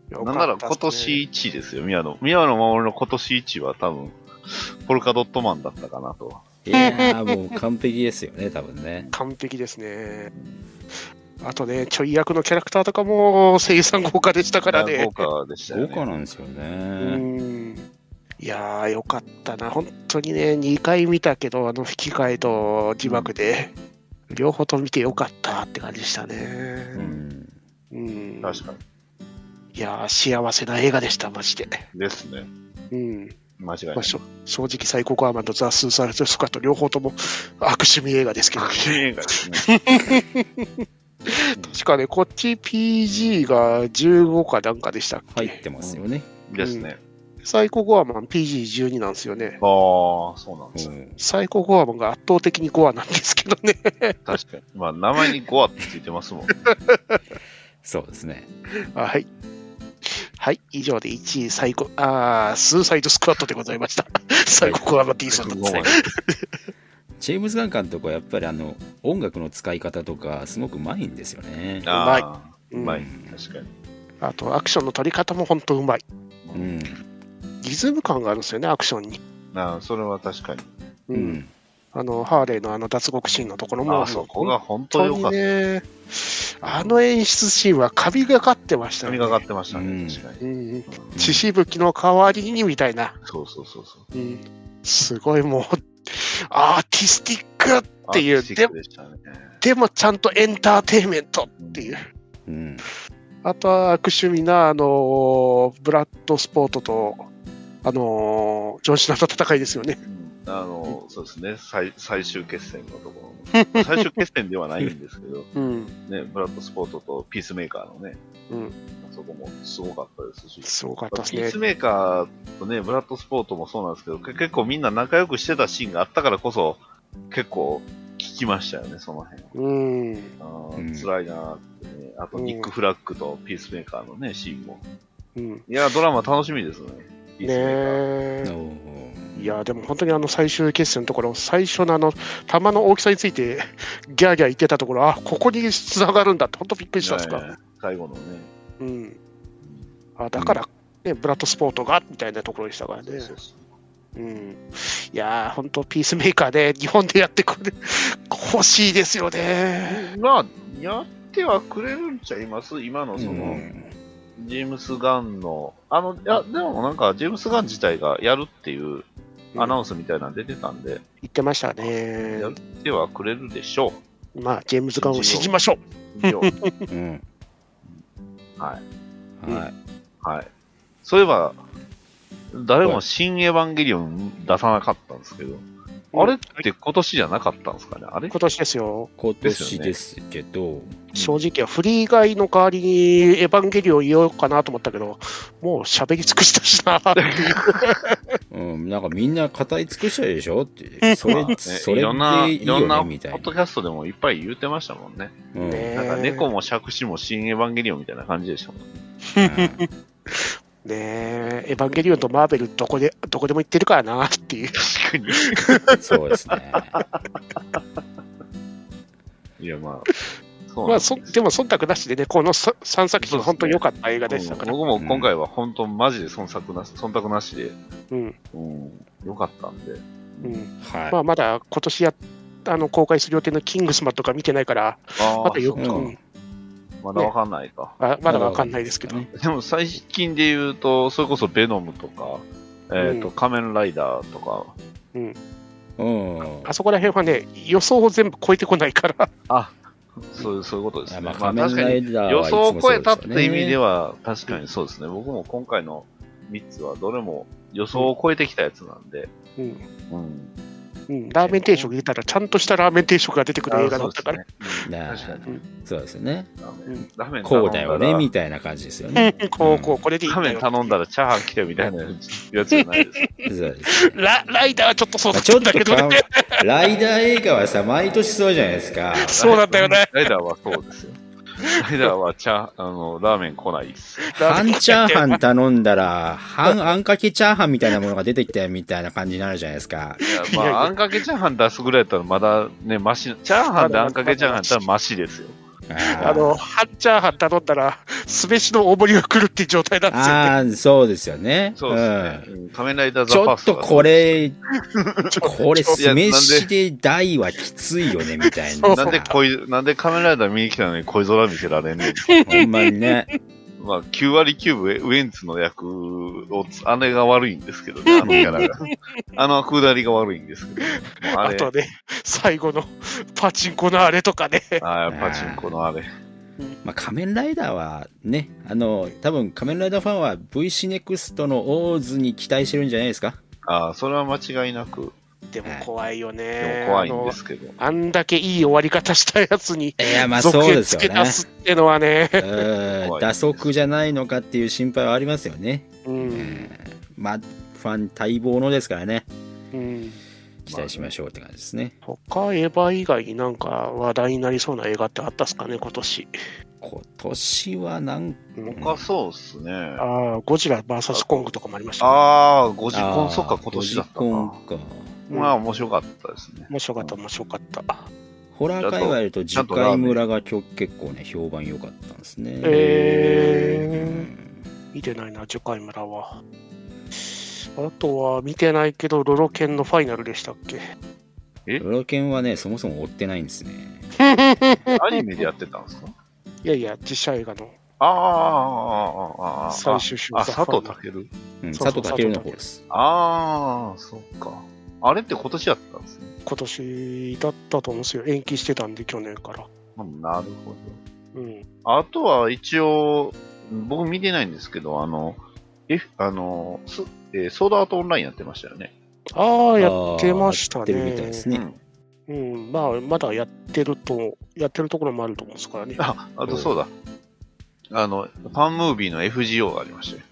なんなら今年いちですよ、宮野。宮野真守の今年いちは多分、ポルカドットマンだったかなと。 いやー、もう完璧ですよね、多分ね。 完璧ですね。あとね、ちょい役のキャラクターとかも声優さん豪華でしたからね。 豪華でしたよね。 豪華なんですようね。 ん。いやー、よかったな。本当にね、にかい見たけど、あの吹き替えと字幕で、両方とも見てよかったって感じでしたね。 うん。 うん。 確かに。 いやー、幸せな映画でした、マジで。 ですね。 うん。 間違いない。 まあ、正直、サイココアマンとザ・スーサイドスカット両方とも悪趣味映画ですけど、ね。 悪趣味映画ですね。 確かね、こっち ピージー がじゅうごかなんかでしたっけ。 入ってますよね。 ですね。 サイコゴアマン ピージーじゅうに なんですよね。 ああ、そうなんですね、 うん。 サイコゴアマンが圧倒的にゴアなんですけどね。 確かに。まあ、名前にゴアってついてますもんね。 そうですね。 はい。はい、以上でいちい、サイコ、あー、スーサイドスクワットでございました。サイコゴアマン D さんだった。 ジェームズ・ガン監督はやっぱりあの音楽の使い方とかすごくうまいんですよね。 うまい。 うまい。確かに。 あと、アクションの取り方も本当うまい。 うん。 リズム感があるんですよね、アクションに。 ああ、それは確かに。 うん。うん、あの、ハーレーのあの脱獄シーンのところも、 あそこが本当に良かった。 ね、あの演出シーンは神がかってましたね。 神がかってましたね、うん、確かに。 うん。血しぶきの代わりにみたいな。 そうそうそうそう。 うん。すごいもう、アーティスティックっていう、で, で, でもちゃんとエンターテインメントっていう。 うん、 あとは悪趣味な、あのブラッドスポートと、あのジョン・シナの戦いですよね。 うん、あのそうですね 最, 最終決戦のところ、まあ、最終決戦ではないんですけど、うんね、ブラッドスポートとピースメーカーのね、うん、そこもすごかったですし、 すごかったですね。 ピースメーカーとね、ブラッドスポートもそうなんですけど、結構みんな仲良くしてたシーンがあったからこそ、結構聞きましたよね、その辺。うん。あ、うん、辛いなーってね。あと、ニック・フラッグとピースメーカーのね、シーンも。うん。いや、ドラマ楽しみですね。ピースメーカー。 ねいや、でも本当にあの最終決戦のところ、最初のあの、弾の大きさについて、ギャーギャー言ってたところ、あ、ここに繋がるんだって、本当びっくりしたんですか。 最後のね。 うん。あ、だから、ね、ブラッドスポートが、みたいなところでしたからね。そうそうそう、うん、いやー、本当、ピースメーカーで日本でやってくれ欲しいですよね。 まあ、やってはくれるんちゃいます、今のその、うん、ジェームス・ガンの、あの、いや、でもなんか、ジェームス・ガン自体がやるっていうアナウンスみたいなの出てたんで、うん、 言ってましたね。 やってはくれるでしょう。まあ、ジェームズ・ガンを信じましょう。 うん、はい。はい。はい。そういえば、誰も新エヴァンゲリオン出さなかったんですけど、うん、あれって今年じゃなかったんですかね、あれ今年ですよ。 今年ですけど、 正直はフリーガイの代わりにエヴァンゲリオン言おうかなと思ったけど、もう喋り尽くしたしなっていう。 うん、なんかみんな語り尽くしたでしょって、それ、まあね、それでいいよねみたいな。 いろんなポッドキャストでもいっぱい言ってましたもんね。うん、なんか猫も杓子も新エヴァンゲリオンみたいな感じでしたもんね。うんねえ、エヴァンゲリオンとマーベルどこで、どこでも行ってるからなっていう。 確かに。 そうですね。 いや、まあ、 そうまあそでも忖度なしでね、このさんさく品本当に良かった映画でしたから。 僕も今回は本当、マジで忖度なし、忖度なしで、うんうん、良かったんで。 うんはいまあ、まだ今年やあの公開する予定のキングスマンとか見てないから、まだよく。 まだわかんないか、 ね、あ。まだわかんないですけど。 でも最近で言うと、それこそベノムとか、えっと、うん、仮面ライダーとか。 うん。うん、あそこら辺はね、予想を全部超えてこないから。 あ、そういう、そういうことですね。まあ、 仮面ライダーは予想を超えたって意味では、確かにそうですね。僕も今回のみっつはどれも予想を超えてきたやつなんで。うん。うんうん、ラーメン定食入れたらちゃんとしたラーメン定食が出てくる映画だったから。 そうですね。ラーメンこうだよねみたいな感じですよね。 こうこうこれでいいんだよ。ラーメン頼んだらチャーハン来てみたいなやつじゃないです。 ラライダーはちょっとそうだったんだけどね。 ライダー映画はさ毎年そうじゃないですか。 そうなんだよね。 ライダーはそうですよ。ライダーはチャあのラーメン来ないっす。 半チャーハン頼んだら、半あんかけチャーハンみたいなものが出てきたみたいな感じになるじゃないですか。 いや、まあ、あんかけチャーハン出すぐらいだったらまだね、マシ。チャーハンであんかけチャーハンだったらマシですよ。 あの、半チャーハン頼んだら、酢飯の大盛りが来るっていう状態なんですよね。 ああ、そうですよね。 そうですね。うん、仮面ライダーちょっザパーストとこれ、これ、酢飯で大はきついよね、みたいな。 なんで恋、なんで仮面ライダー見に来たのに恋空見せられんねん。 ほんまにね。まあ、きゅう割きゅうぶウエンツの役を、あれが悪いんですけどね、あのキャラが。あのくだりが悪いんですけど。 あ, あとね、最後のパチンコのあれとかね。 ああ、パチンコのあれ。 まあ、仮面ライダーはね、あの、多分仮面ライダーファンは ブイシーネクストのオーズに期待してるんじゃないですか。 ああ、それは間違いなく。 でも怖いよね。 でも怖いんですけど。 あんだけいい終わり方したやつに、 いや、まあそうですよね。 続編付け出すってのはね。 打足じゃないのかっていう心配はありますよね。 うん、 えー、まあ、ファン待望のですからね。 うん、 期待しましょうって感じですね。 他エヴァ以外になんか話題になりそうな映画ってあったっすかね、今年。 今年はなんか、 他そうっすね。 ああ、ゴジラ ブイエス コングとかもありました、ね。 ああ、ゴジコン、そっか、今年だったな。 ゴジコンか。 まあ、面白かったですね。 面白かった、面白かった。 ホラー界隈と次回村が結構ね、評判良かったんですね。 えー、うん、見てないな、次回村は。あとは見てないけど、ロロケンのファイナルでしたっけ？ え？ ロロケンはね、そもそも追ってないんですね。 アニメでやってたんですか？ いやいや、実写映画の。 ああ、ああ、ああ、 最終章。 あ、佐藤健。 うん、佐藤健の方です。 ああ、そっか。あれって今年やったんですね。 今年だったと思うんですよ。延期してたんで、去年から。 うん、なるほど。うん。 あとは一応、僕見てないんですけど、あの、F、あの、すえー、ソードアートオンラインやってましたよね。 ああ、やってましたね。やってるみたいですね。 うん、うん、まあ、まだやってると、やってるところもあると思うんですからね。 あ、あとそうだ。あの、ファンムービーの エフジーオー がありましたよ。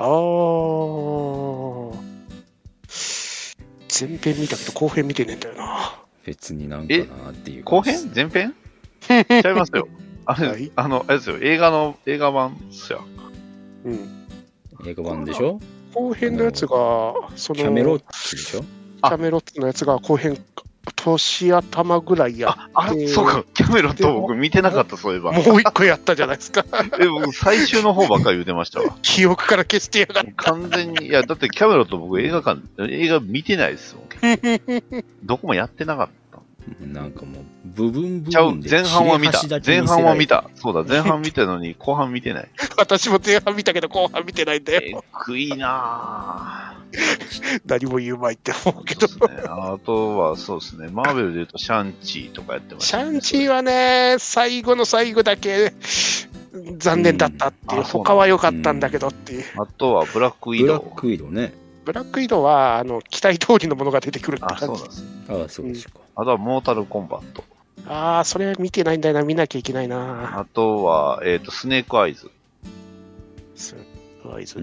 ああ。前編見たけど後編見てねえんだよな。 別になんかなっていう。 後編？前編？ちゃいますよ。あれ、はい、あの、あれですよ。映画の、映画版っすよ。 うん。 映画版でしょ？ 後編のやつが、その、 キャメロッツでしょ？ キャメロッツのやつが後編、年頭ぐらいやって。 あ、あ、そうか。キャメロット僕見てなかった、そういえば。 もう一個やったじゃないですか。 え、僕最終の方ばっかり言うてましたわ。 記憶から消してやがった。 完全に、いや、だってキャメロット僕映画館、映画見てないですもん。どこもやってなかった。 なんかもう、部分部ちゃう、 分で前半は見た。前半は見た。そうだ、前半見たのに後半見てない。 私も前半見たけど後半見てないんだよ。 えぐいなぁ。 何も言うまいって思うけど。 そうですね。あとはそうですね。マーベルで言うとシャンチーとかやってました、 ね。シャンチーはね、最後の最後だけ残念だったっていう。うん、他は良かったんだけどっていう。 あとはブラックウィドウ。 ブラックウィドウね。 ブラックウィドウはあの期待通りのものが出てくるって感じ。 あ、そうなんですね。 ああ、そうですか。 あとはモータルコンバット。 ああ、それ見てないんだよな。見なきゃいけないな。 あとは、えっ、ー、と、スネークアイズ。 スネークアイズ。 うん。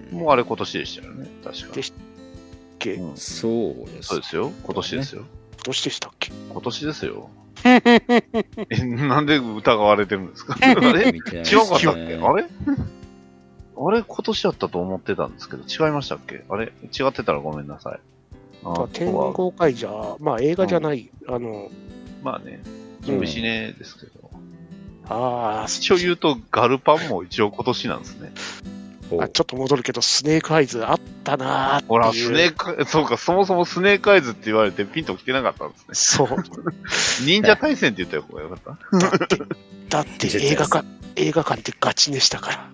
もうあれ今年でしたよね。確か。 でしたっけ、 うん、そうです。 そうですよ。今年ですよ。ね、 今年でしたっけ今年ですよ。え、なんで疑われてるんですかあれ違うかったっけあれあれ今年だったと思ってたんですけど、違いましたっけあれ違ってたらごめんなさい。 あ天豪会じゃ、まあ映画じゃない、うん、あの、 まあね、キムシネですけど。 うん、ああ、 一応言うと、ガルパンも一応今年なんですね。 あちょっと戻るけど、スネークアイズあったなーっていう。 ほら、スネーク、そうか、そもそもスネークアイズって言われてピンと来てなかったんですね。 そう。 忍者対戦って言った方がよかっただって、だって映画館、映画館ってガチでしたから。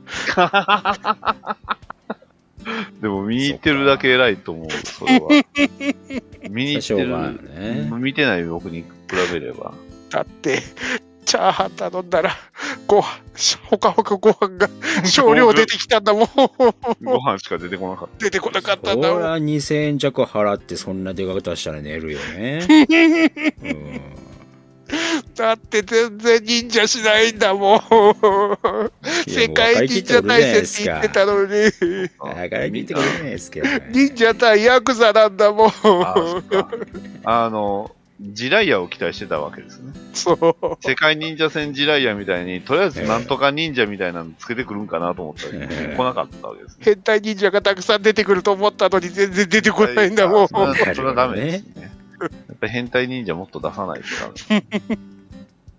でも見に行ってるだけ偉いと思う、それは。見に行ってる、ね、見てない僕に比べれば。 だって、チャーハン頼んだら、ご飯、ほかほかご飯が少量出てきたんだもん。 ご飯しか出てこなかった。 出てこなかったんだもん。 そらにせんえん弱払ってそんな出かけたしたら寝るよね。うん、 だって全然忍者しないんだもん。世界忍者大戦って言ってたのに。 だから聞いてくれないですけど、ね。 忍者対ヤクザなんだもん。 あ, あの、ジライヤを期待してたわけですね。 そう。 世界忍者戦ジライヤみたいに、とりあえずなんとか忍者みたいなのつけてくるんかなと思ったら、来なかったわけですね。 変態忍者がたくさん出てくると思ったのに全然出てこないんだもん。 それは、それはダメですね。やっぱり変態忍者もっと出さないとダメ。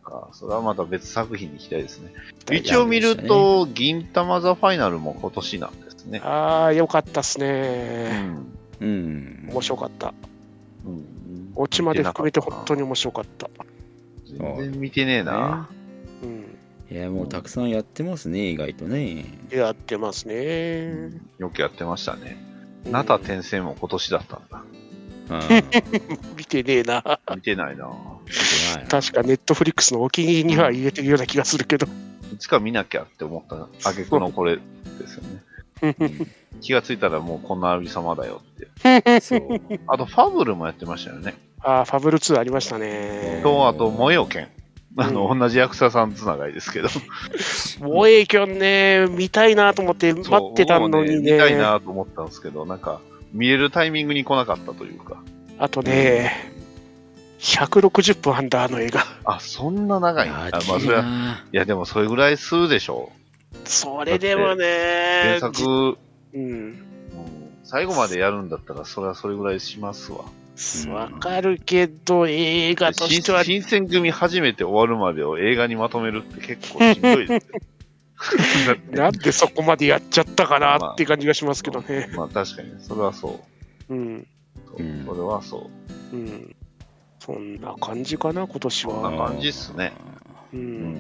か、それはまた別作品に行きたいですね。一応見ると、銀魂ザファイナルも今年なんですね。 ああ、よかったっすね。 うん。うん。 面白かった。 うん。 オチまで含めて本当に面白かった。 全然見てねえな。 うん。 いや、もうたくさんやってますね、意外とね。 やってますね。 よくやってましたね。ナタ転生も今年だったんだ。 見てねえな。 見てないな。 確かネットフリックスのお気に入りには入れてるような気がするけど。 いつか見なきゃって思った挙句のこれですよね。うん、気がついたらもうこんなありさまだよって。そう。あとファブルもやってましたよね。 ああ、ファブルツーありましたね。 と、あと、萌えよ剣。あの、うん、同じ役者さんつながりですけど。 萌え剣ね、見たいなと思って待ってたのにね。 ね見たいなと思ったんですけど、なんか、見れるタイミングに来なかったというか。 あとね、ひゃくろくじゅっぷんあんだ、あの映画。 あ、そんな長いんだ。あ、まあ、それは、いや、でもそれぐらいするでしょう。それでもね、 原作、 うん、 最後までやるんだったら、それはそれぐらいしますわ。 わかるけど、映画としては。 新選組初めて終わるまでを映画にまとめるって結構しんどいですよ。 なんでそこまでやっちゃったかなって感じがしますけどね。 まあ、まあ、確かに、それはそう。 うん。 そうそれはそう。 うん。そんな感じかな、今年は。 そんな感じっすね。 うん。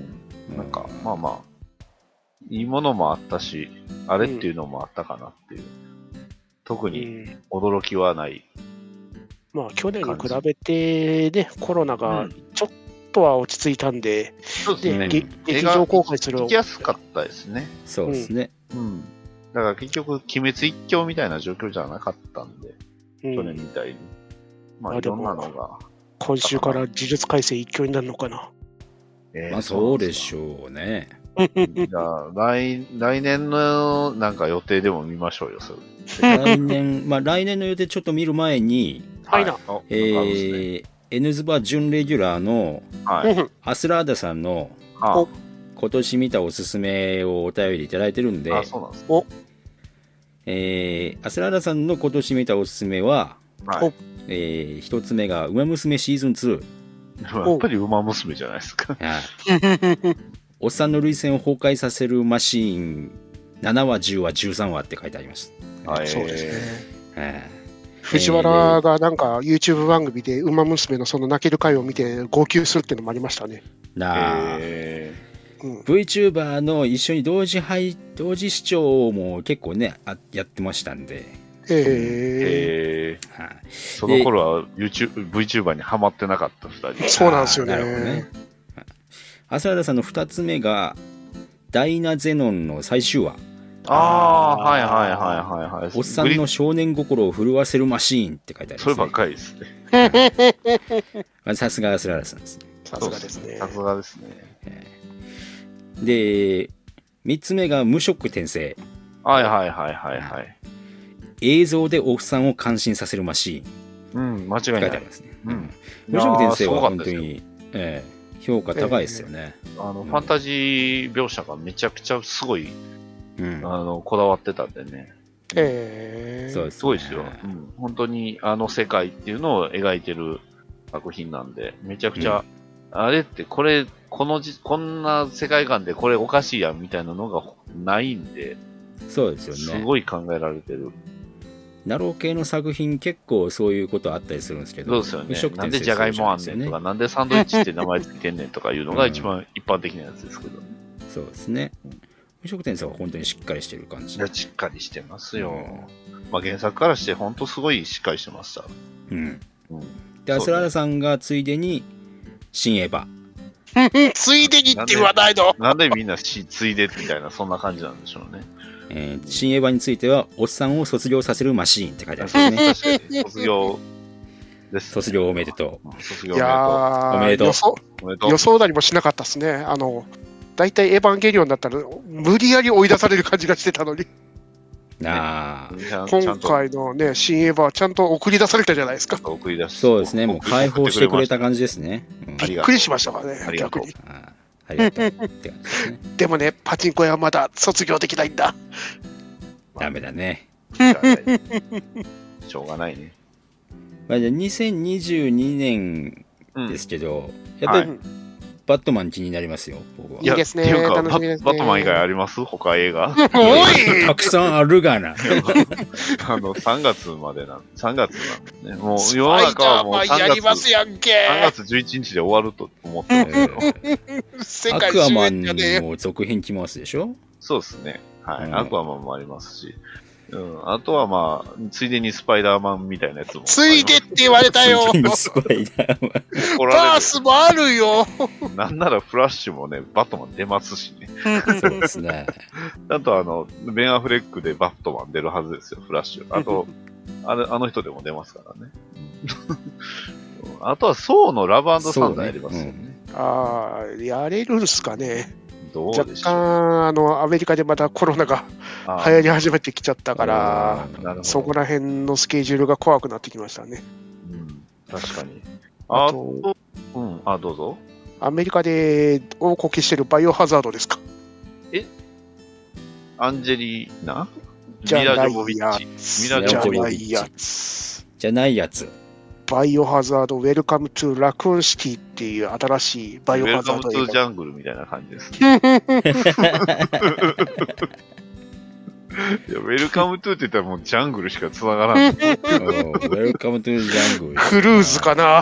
うん、なんか、まあまあ、いいものもあったし、あれっていうのもあったかなっていう。うん、特に驚きはない。 まあ、去年に比べてね、コロナがちょっとは落ち着いたんで、 うん、そうですね。 劇場公開する。 行きやすかったですね。 そうですね。 うん。だから結局、鬼滅一強みたいな状況じゃなかったんで、うん、去年みたいに。まあ、いろんなのが。 今週から呪術廻戦一強になるのかな。 えー、まあ、そうでしょうね。 じゃあ来、来年のなんか予定でも見ましょうよ、それ。 来年、まあ来年の予定ちょっと見る前に、 はいな。 えー、N ズバ準レギュラーの、はい、アスラーダさんの、はい、今年見たおすすめをお便りいただいてるんで、 あ、そうなんですおえー、アスラーダさんの今年見たおすすめは、はいえー、一つ目がウマ娘シーズンツー。やっぱりウマ娘じゃないですか。 おっさんの涙腺を崩壊させるマシーンななわじゅうわじゅうさんわって書いてありました。 はい、そうですね。藤原がなんか YouTube 番組でウマ娘のその泣ける回を見て号泣するっていうのもありましたね。 なあ、えーうん、VTuber の一緒に同時配同時視聴も結構ねあやってましたんで。 へえー。 はい。その頃は YouTube VTuber にハマってなかったふたり。 そうなんですよね。 なるほどね。アスラーダさんのふたつめがダイナゼノンの最終話。 ああ、はいはいはいはいはい。 おっさんの少年心を震わせるマシーンって書いてありますね。 そればっかりですね。 さすがアスラーダさんですね。 さすがですね。 さすがですね。 で、みっつめが無色転生。 はいはいはいはいはい。 映像でおっさんを感心させるマシーン。うん、間違いない。 書いてありますね。うん。無色転生は本当に、えー、評価高いですよね。 えー、あの、うん、ファンタジー描写がめちゃくちゃすごい。うん、あのこだわってたんでね。 へえー、そうです、ね、 すごいですよ、うん。本当にあの世界っていうのを描いてる作品なんで、めちゃくちゃ、うん、あれってこれ、このじ、こんな世界観でこれおかしいやんみたいなのがないんで、 そうですよね。 すごい考えられてる。 ナロー系の作品結構そういうことあったりするんですけど、 そうですよね。なんでジャガイモあんねんとか、なんでサンドイッチって名前つけてんねんとかいうのが一番一般的なやつですけどね。 うん、そうですね。無色転生は本当にしっかりしてる感じ。 いや、しっかりしてますよ。うん、まあ原作からして本当すごいしっかりしてました。 うん。うん、で、アスラーダさんがついでに、新エヴァ。ついでにって言わないのなんでみんなしついでみたいな、そんな感じなんでしょうね。 えー、新エヴァについては、おっさんを卒業させるマシーンって書いてあるんですね。 確かに。卒業です、ね。 卒業おめでとう。卒業おめでとう。 おめでとう。 予想、予想だりもしなかったですね。あの、大体エヴァンゲリオンだったら無理やり追い出される感じがしてたのに、 あね、今回のね新エヴァはちゃんと送り出されたじゃないですか。 送り出しそうですね、もう解放してくれた感じですね。 うん、びっくりしましたからね、逆に。 あありがとうって感じですね。 でもね、パチンコ屋はまだ卒業できないんだ。 ダメだね。 しょうがないね。 まあ、じゃあにせんにじゅうにねんですけど、うん、やっぱり、はい、 バットマン気になりますよ、僕は。 いいですねっていうか楽しみですねバットマン以外あります他映画おいたくさんあるがな。 あの、さんがつまでなん、さんがつなんでね。もうス世のパイ中はもうダーマン 3 やります月、 やんけさんがつじゅういちにちで終わると思ってますけど。 世ア界終焉クアマンじゃねえよ。 も続編来ますでしょ。 そうですね。はい。 うんアクアマンもありますし。うん。あとはまあ、ついでにスパイダーマンみたいなやつも。 ついでって言われたよ。 スパイダーマン。 怒られるバースもあるよ。 なんならフラッシュもね、バットマン出ますしね。 そうですね。 あとあの、ベン・アフレックでバットマン出るはずですよ、フラッシュ。あと、あれあの人でも出ますからね。あとは、ソーのラブサンダーやりますよね。 ああ、やれるんすかね。若どうでしょう。 干、あの、アメリカでまたコロナがあ流行り始めてきちゃったから、 うんなるほど。 そこら辺のスケジュールが怖くなってきましたね。 うん、確かに。 ああとと、 うん、あ、どうぞ。 アメリカで大こけしてるバイオハザードですか。 アンジェリーナじゃミラ・ジなョボビいやッチ。 つ。 ミラ・じゃジョボビッチ。 ないやつ。 じゃないやつ。 バイオハザード、ウェルカムトゥラクーンシティっていう新しいバイオウェハザードルカムトゥジ映画。 ャングルみたいな感じですね。いやウェルカムトゥって言ったらもうジャングルしか繋がらない。 ウェルカムトゥジャングル。 クルーズかな。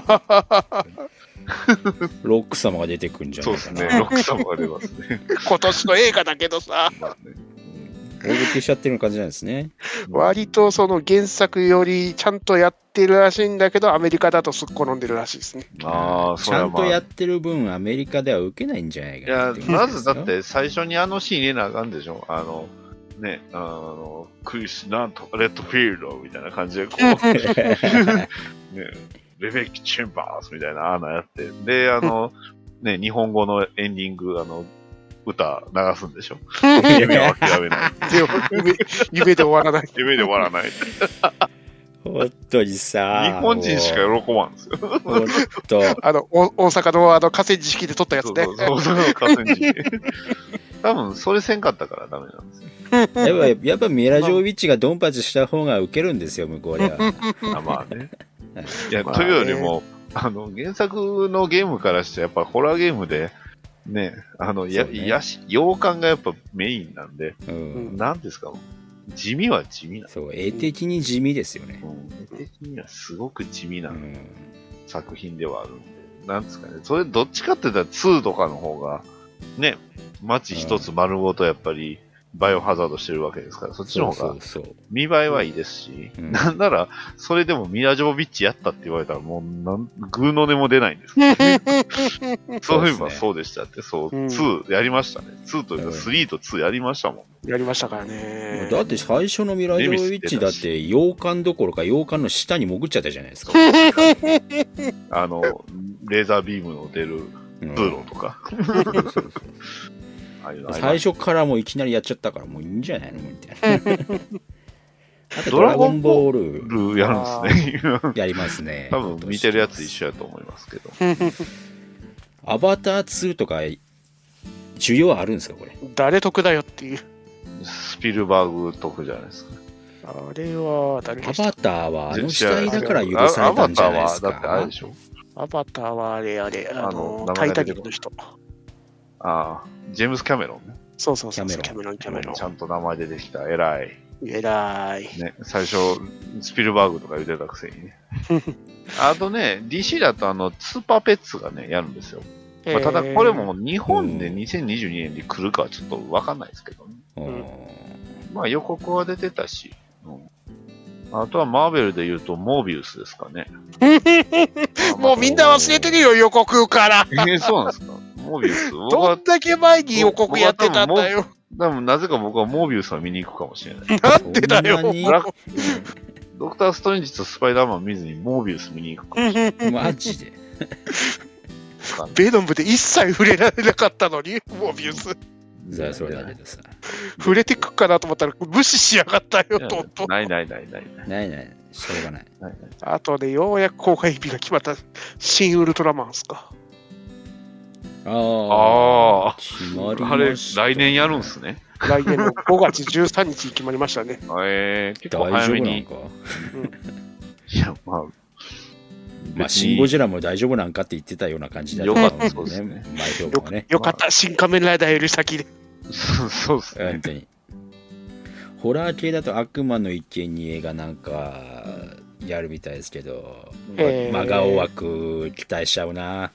ロック様が出てくるんじゃそないかな。 うですね。ロック様が出ますね。 今年の映画だけどさ、 まあね大受けしちゃってる感じなんですね。 割とその原作よりちゃんとやってるらしいんだけど、アメリカだとすっ転んでるらしいですね。 ああ、 ちそれはまあ。 ゃんとやってる分、アメリカでは受けないんじゃないいかなやって、感まずじですよだって最初にあのシーン入れなあかんでしょ。あの、ね、あの、クリス・なんとかレッドフィールドみたいな感じでこう、ね、レベッキ・チェンバースみたいなあのやって、で、あの、ね、日本語のエンディング、あの、歌流すんでしょ。夢を諦めない。 でも夢夢で終わらない。 夢で終わらない。 本当にさ、 日本人しか喜ばんですよ。 本当。 あの、お大阪のあの河川敷で撮ったやつね。 そうそうそう、河川敷。多分、それせんかったからダメなんですよ。 やっぱ、やっぱミラ・ジョービッチがドンパチした方がウケるんですよ、向こうでは。 あまあね。いや、 まあねというよりも、あの、原作のゲームからして、やっぱホラーゲームで、ね、あの、や、 そうねやし、洋館がやっぱメインなんで、 うん。 なんですか、地味は地味な。 そう、絵的に地味ですよね。 うん、絵的にはすごく地味う。 なん作品ではあるんで、なんですかね、それどっちかって言ったらツーとかの方が、ね、街一つ丸ごとやっぱり、バイオハザードしてるわけですから、そっちそうの方がそうそう。 見栄えはいいですし、 うんなんなら、それでもミラ・ジョービッチやったって言われたら、もうなん、グーの音も出ないんですけど、ね、そういえばそうでしたって、そう、 うんツーやりましたね。ツーというかうんスリーとツーやりましたもん。 やりましたからね。 だって最初のミラ・ジョービッチだって洋館どころか洋館の下に潜っちゃったじゃないですか。 あの、レーザービームの出るうん通路とか。 そうそうそうああいうのありま最す初からもういきなりやっちゃったからもういいんじゃないのみたいな。あとドラゴンボールルーやるんですね。 やりますね。 多分見てるやつ一緒やと思いますけど。 アバターツーとか需要あるんですかこれ。 誰得だよっていう。 スピルバーグ得じゃないですか。 あれは誰でしたアバターはあの時代だから許されたんじゃないですアバターはだってあれかで。しょ。 アバターはあれあれ、ああの、 のタイタニックの人。 ああ、ジェームス・キャメロンね。 そうそうそう、キキャメャメロン、キャメロンち。ゃんと名前出てきた。偉い。 えらい。 ね、最初、スピルバーグとか言ってたくせにね。あとね、ディーシー だとあの、スーパーペッツがね、やるんですよ。まあ、ただこれも日本でにせんにじゅうにねんで来るかはちょっとわかんないですけどね。 うんまあ予告は出てたし。うんあとはマーベルで言うと、モービウスですかね。 もうみんな忘れてるよ、予告から。 えー、そうなんですか。モービウス。僕はどんだけ前に予告やってたんだよ。 多分なぜか僕はモービウスは見に行くかもしれない。 なんでだよ。 そんなにブラックドクター・ストレンジとスパイダーマン見ずにモービウス見に行くかもしれない。 マジで。 ベノムで一切触れられなかったのに、モービウス。 そりゃそうだけどさ。 触れてくかなと思ったら無視しやがったよ、とうとう。 ないないないないないないない、しょうがない。 ないない。 あとでようやく公開日が決まった新ウルトラマンですか。 あああ、決まりあれまし、た来年やるんすね。 来年のごがつじゅうさんにちに決まりましたね。 えー、結構大早めに。 丈夫なのか。 いや、まあ、 まあ、シン・ゴジラも大丈夫なんかって言ってたような感じだったよかったんそうですね。 前評判はね。 よかった、新仮面ライダーより先で。 そうそうですね。 本当に。ホラー系だと悪魔の一見に映画なんかやるみたいですけど、 へー真顔枠期待しちゃうな。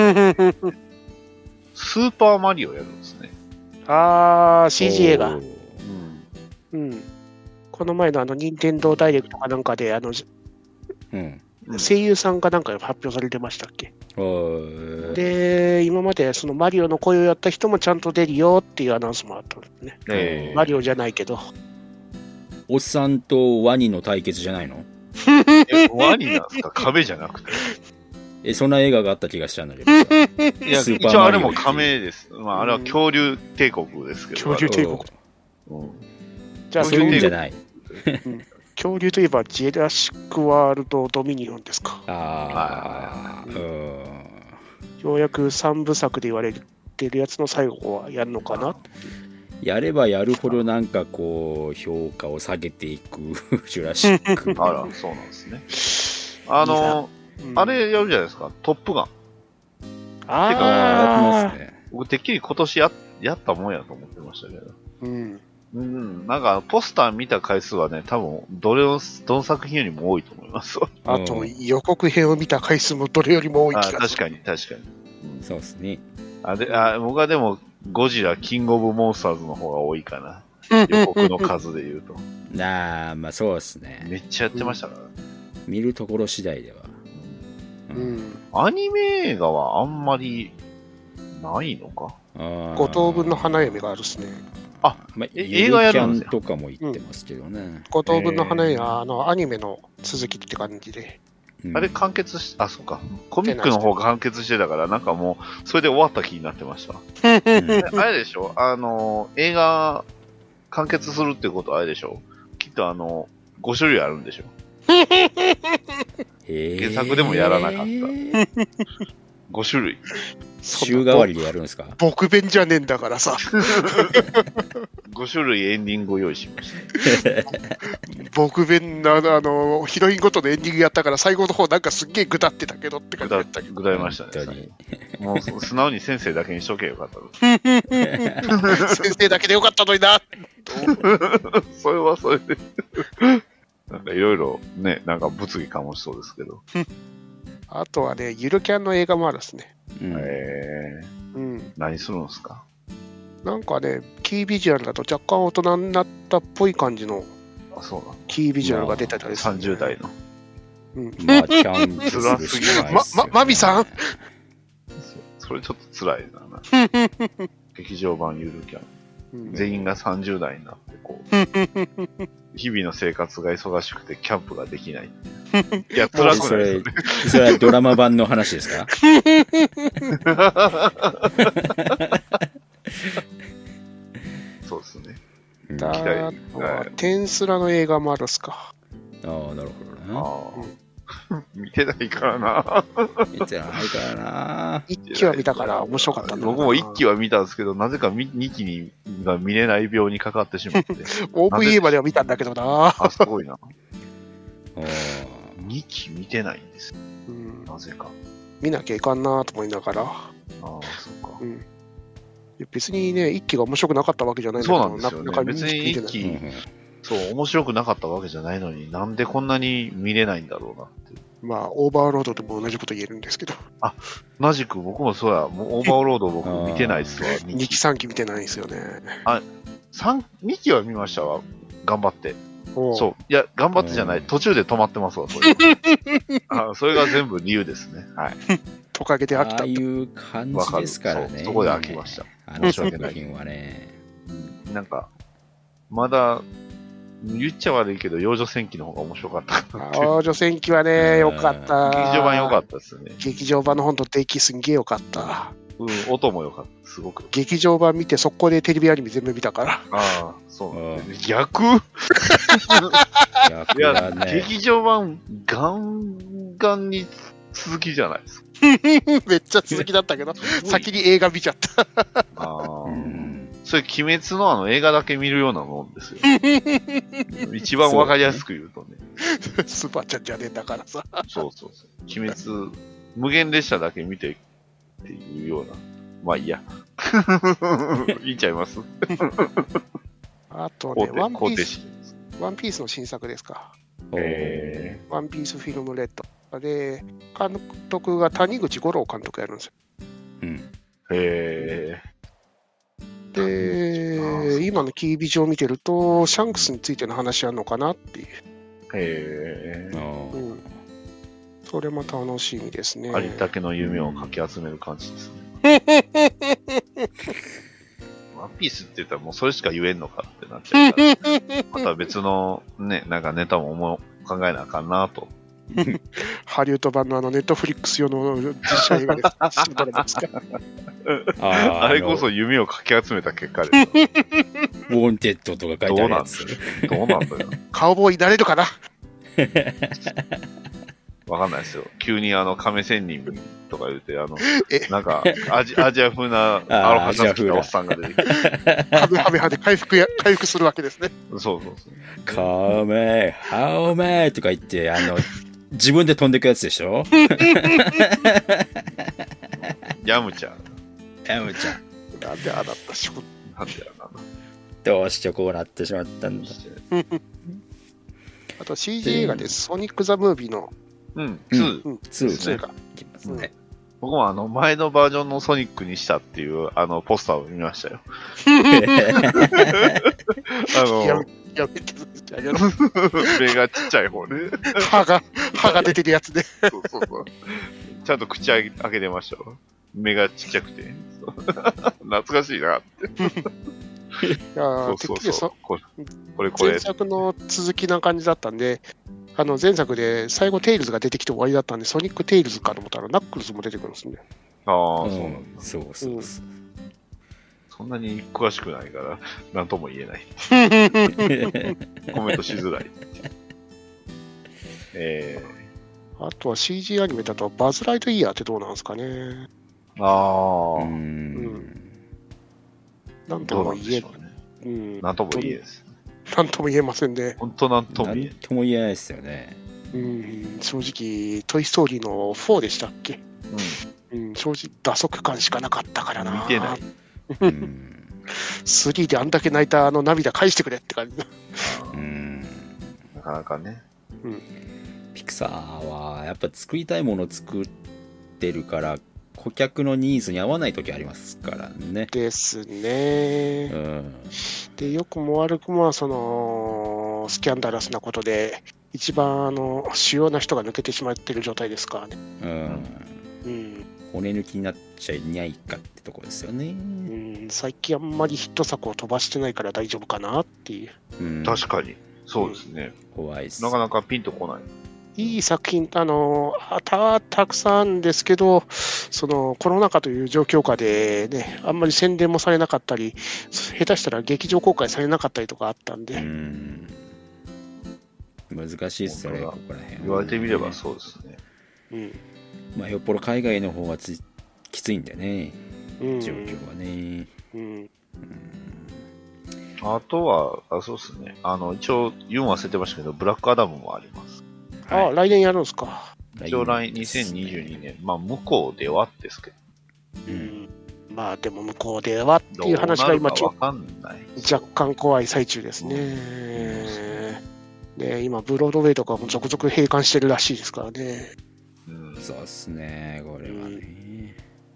スーパーマリオやるんですね。 あー、シージー 映画。 おーうん。 うん。この前のあの、任天堂ダイレクトかなんかで、あの、 うん。 声優さんかなんか発表されてましたっけ。 おーで、今までそのマリオの声をやった人もちゃんと出るよっていうアナウンスもあったんですね。 ええマリオじゃないけど。 おっさんとワニの対決じゃないの？ えワニなんですか壁じゃなくて。 え、そんな映画があった気がしたんだけどさ。 いや、 スーパー一応あマリオれも亀です。まあ、あれは恐竜帝国ですけど。 恐竜帝国。 うんじゃあ、 そういうんじゃ恐竜ない。 恐竜といえばジェラシック・ワールド・ドミニオンですか。 ああ、うん。 ようやく三部作で言われてるやつの最後はやるのかな。 やればやるほどなんかこう評価を下げていくジュラシック。 あら、そうなんですね。あの、 うんあれやるじゃないですか。トップガン。 ああ、やってあますね。 僕、てっきり今年ややったもんやと思ってましたけど。 ーうん。 うん、なんか、ポスター見た回数はね、多分、どれを、どの作品よりも多いと思いますわ。 あと、予告編を見た回数もどれよりも多いあ気がする。 確かに、確かに。うんそうですね。 あであ僕はでも、ゴジラ、キングオブモンスターズの方が多いかな。予告の数で言うと。 なあ、まあそうですね。 めっちゃやってましたからね。 見るところ次第では。 う。ん。 アニメ映画はあんまりないのか。 五等分の花嫁があるっすね。 あ、 まあ、 え映画映画ややるるんですよとかも言ってますけどね。 五等分の花嫁は、あの、アニメの続きって感じで。 うんあれ完結し、あ、そうか。コミックの方が完結してたから、なんかもう、それで終わった気になってました。 うんあれでしょあの、映画完結するってことはあれでしょきっとあの、ご種類あるんでしょへー原作でもやらなかったご種類。 週替わりでやるんですか？ 僕弁じゃねえんだからさ。 ご種類エンディングを用意しました。 僕弁な、あの、ヒロインごとのエンディングやったから、最後の方なんかすっげえぐだってたけどって感じだったけど。 ぐだいました本当ねに。 もう素直に先生だけにしとけばよかったです。 先生だけでよかったのにな。 それはそれで。なんかいろいろね、なんか物議かもしそうですけど。 あとはね、ゆるキャンの映画もあるですね。 うんえー、 うん。 何するんですかなんかね、キービジュアルだと若干大人になったっぽい感じのあ、そうなのキービジュアルが出たりする、 さんじゅう代の。 うん。 まあ、キャンプするしかないっすよねままマミさんそそれちょっと辛いな。劇場版ゆるキャン。 うん全員がさんじゅう代になって、こう、日々の生活が忙しくてキャンプができない。いや、辛くそれないですよね。、 それはドラマ版の話ですか？ そうですね。 うんだあ期待あとははいテンスラの映画もあるっすか。 あ、なるほどな。 ああ。見てないからな。 見てないからな。 一期は見たから面白かったんだな。 僕も一期は見たんですけど、なぜかみ二期にが見れない病にかかってしまって。 オーブイエー までは見たんだけどな。 あ、すごいな。 おー二期見てないんです。 うん、 なぜか。 見なきゃいかんなと思いながら。 ああ、そうかう。ん、いや別にね、一期が面白くなかったわけじゃないんだけど、 そうなんですよねなかなか別に見てない一期うんうんそう、面白くなかったわけじゃないのに、なんでこんなに見れないんだろうなって。 まあ、オーバーロードでも同じこと言えるんですけど、 同じく僕もそうや、もうオーバーロード僕見てないっすわ、 に二期。 期さんき見てないんですよね。 三二期は見ましたわ、頑張って。 おうそう。いや、頑張ってじゃない、 うん途中で止まってますわ、それはあそれが全部理由ですね。はい。 トカゲで飽きああたって。 いう感じですからね。 そうそこで飽きました。 あの作品はね。 なんか、まだ、言っちゃ悪いけど、幼女戦記の方が面白かったかなっていう。 ああ、女戦記はね、よかった。 劇場版良かったですね。 劇場版の本と出来すんげえよかった。 うん、音も良かった、すごく。 劇場版見て、速攻でテレビアニメ全部見たから。 ああ、そうなんだ、 うね。逆逆いや、 だね。 劇場版、ガンガンに続きじゃないですか。 めっちゃ続きだったけど、先に映画見ちゃった。 ああ、 うんそれ、鬼滅のあの映画だけ見るようなもんですよ。一番わかりやすく言うとね。 スーパーちゃんじゃねえんだからさ。 そうそうそう。鬼滅、無限列車だけ見てっていうような。まあいいや。いいんちゃいますあとね、ワンピース、 ス。 ワンピースの新作ですか。 えワンピースフィルムレッド。で、監督が谷口五郎監督やるんですよ。 うん。 ー、へで、今のキービジョンを見てると、シャンクスについての話あるのかなっていう。 ー。へあー。 ーうん。それも楽しみですね。 ありったけの夢をかき集める感じですね。ワンピースって言ったらもうそれしか言えんのかってなっちゃうから、また別のね、なんかネタも思う考えなあかんなと。 ハリウッド版のあのネットフリックス用の実写映画です。新ドラマですか。 あーあれこそ夢をかき集めた結果でウォンテッドとか書いてあるやつ。 どうなんだよ。 カウボーイになれるかな。 わかんないですよ。急にあの亀仙人とか言うて、あのえ、 なんかアジアジア風なアロハシャツ着たおっさんが出てきて、 ハメハメハで回復や回復するわけですね。 そうそうそう。 カメ、ハオメとか言って、あの、自分で飛んでくやつでしょ。 ヤムちゃん。 ヤムちゃん。 なんであなた仕事。 なんでやな。 どうしてこうなってしまったんだ。 あと シージー 映画でソニック・ザ・ムービーのうん、 うに。 うんツーですねがいきますね。 僕もあの前のバージョンのソニックにしたっていうあのポスターを見ましたよ。あやのめやめてあげろ。 目がちっちゃい方ね。 歯が歯が出てるやつで。 そうそうそう。ちゃんと口開け開けてましたよ。目がちっちゃくて。懐かしいなって。 いやそうーてっそうそうきりそ。 これこれこれ前。作の続きな感じだったんで、あの前作で最後テイルズが出てきて終わりだったんで、ソニック・テイルズかと思ったらナックルズも出てくるんですね。 ああ、 うそうなんだ。 んそうそうそう。 そんなに詳しくないから、なんとも言えない。コメントしづらい。えあとは シージー アニメだとバズ・ライトイヤーってどうなんですかね。 ー、ああ、 ううんん。なんとどうなんも言えでしょうね。 うん、 なんとも言えです。 なんとも言えませんね。 本当なんともなん言えん。 とも言えないですよね。 うん、正直、トイ・ストーリーのフォーでしたっけ、 ううん、正直、打足感しかなかったからな。 見てない。 うん。 スリーであんだけ泣いたあの涙返してくれって感じ。 うんなかなかね。 ピクサーはやっぱ作りたいものを作ってるから顧客のニーズに合わない時ありますからね。 ですうね。 ん。 で、良くも悪くも、その、スキャンダラスなことで、一番あの主要な人が抜けてしまってる状態ですからね。 うん。 うん骨抜きになっちゃいないかってとこですよね。 うん、最近あんまりヒット作を飛ばしてないから大丈夫かなっていう。 うん。 確かに。そうですね。 怖いっす。 なかなかピンとこない。 いい作品、あのあたたくさんあるんですけど、そのコロナ禍という状況下で、ね、あんまり宣伝もされなかったり、下手したら劇場公開されなかったりとかあったんで、 うん。難しいっすよね、 本当だここら辺。 言われてみればそうですね。 うんまあ、よっぽど海外の方がつきついんでね、 うん状況はね。 うんあとは、あそうですね。あの、一応言うの忘れてましたけど、ブラックアダムもあります。 あ、 はい来年やるんですか。 一応来にせんにじゅうにねん、まあ向こうではですけど、 う。 うんんまあでも向こうではってどいうう話が今ちょなるかわかんない。 若干怖い最中ですね。で、今、ブロードウェイとかも続々閉館してるらしいですからね。 うん、 そうっすね、これはね。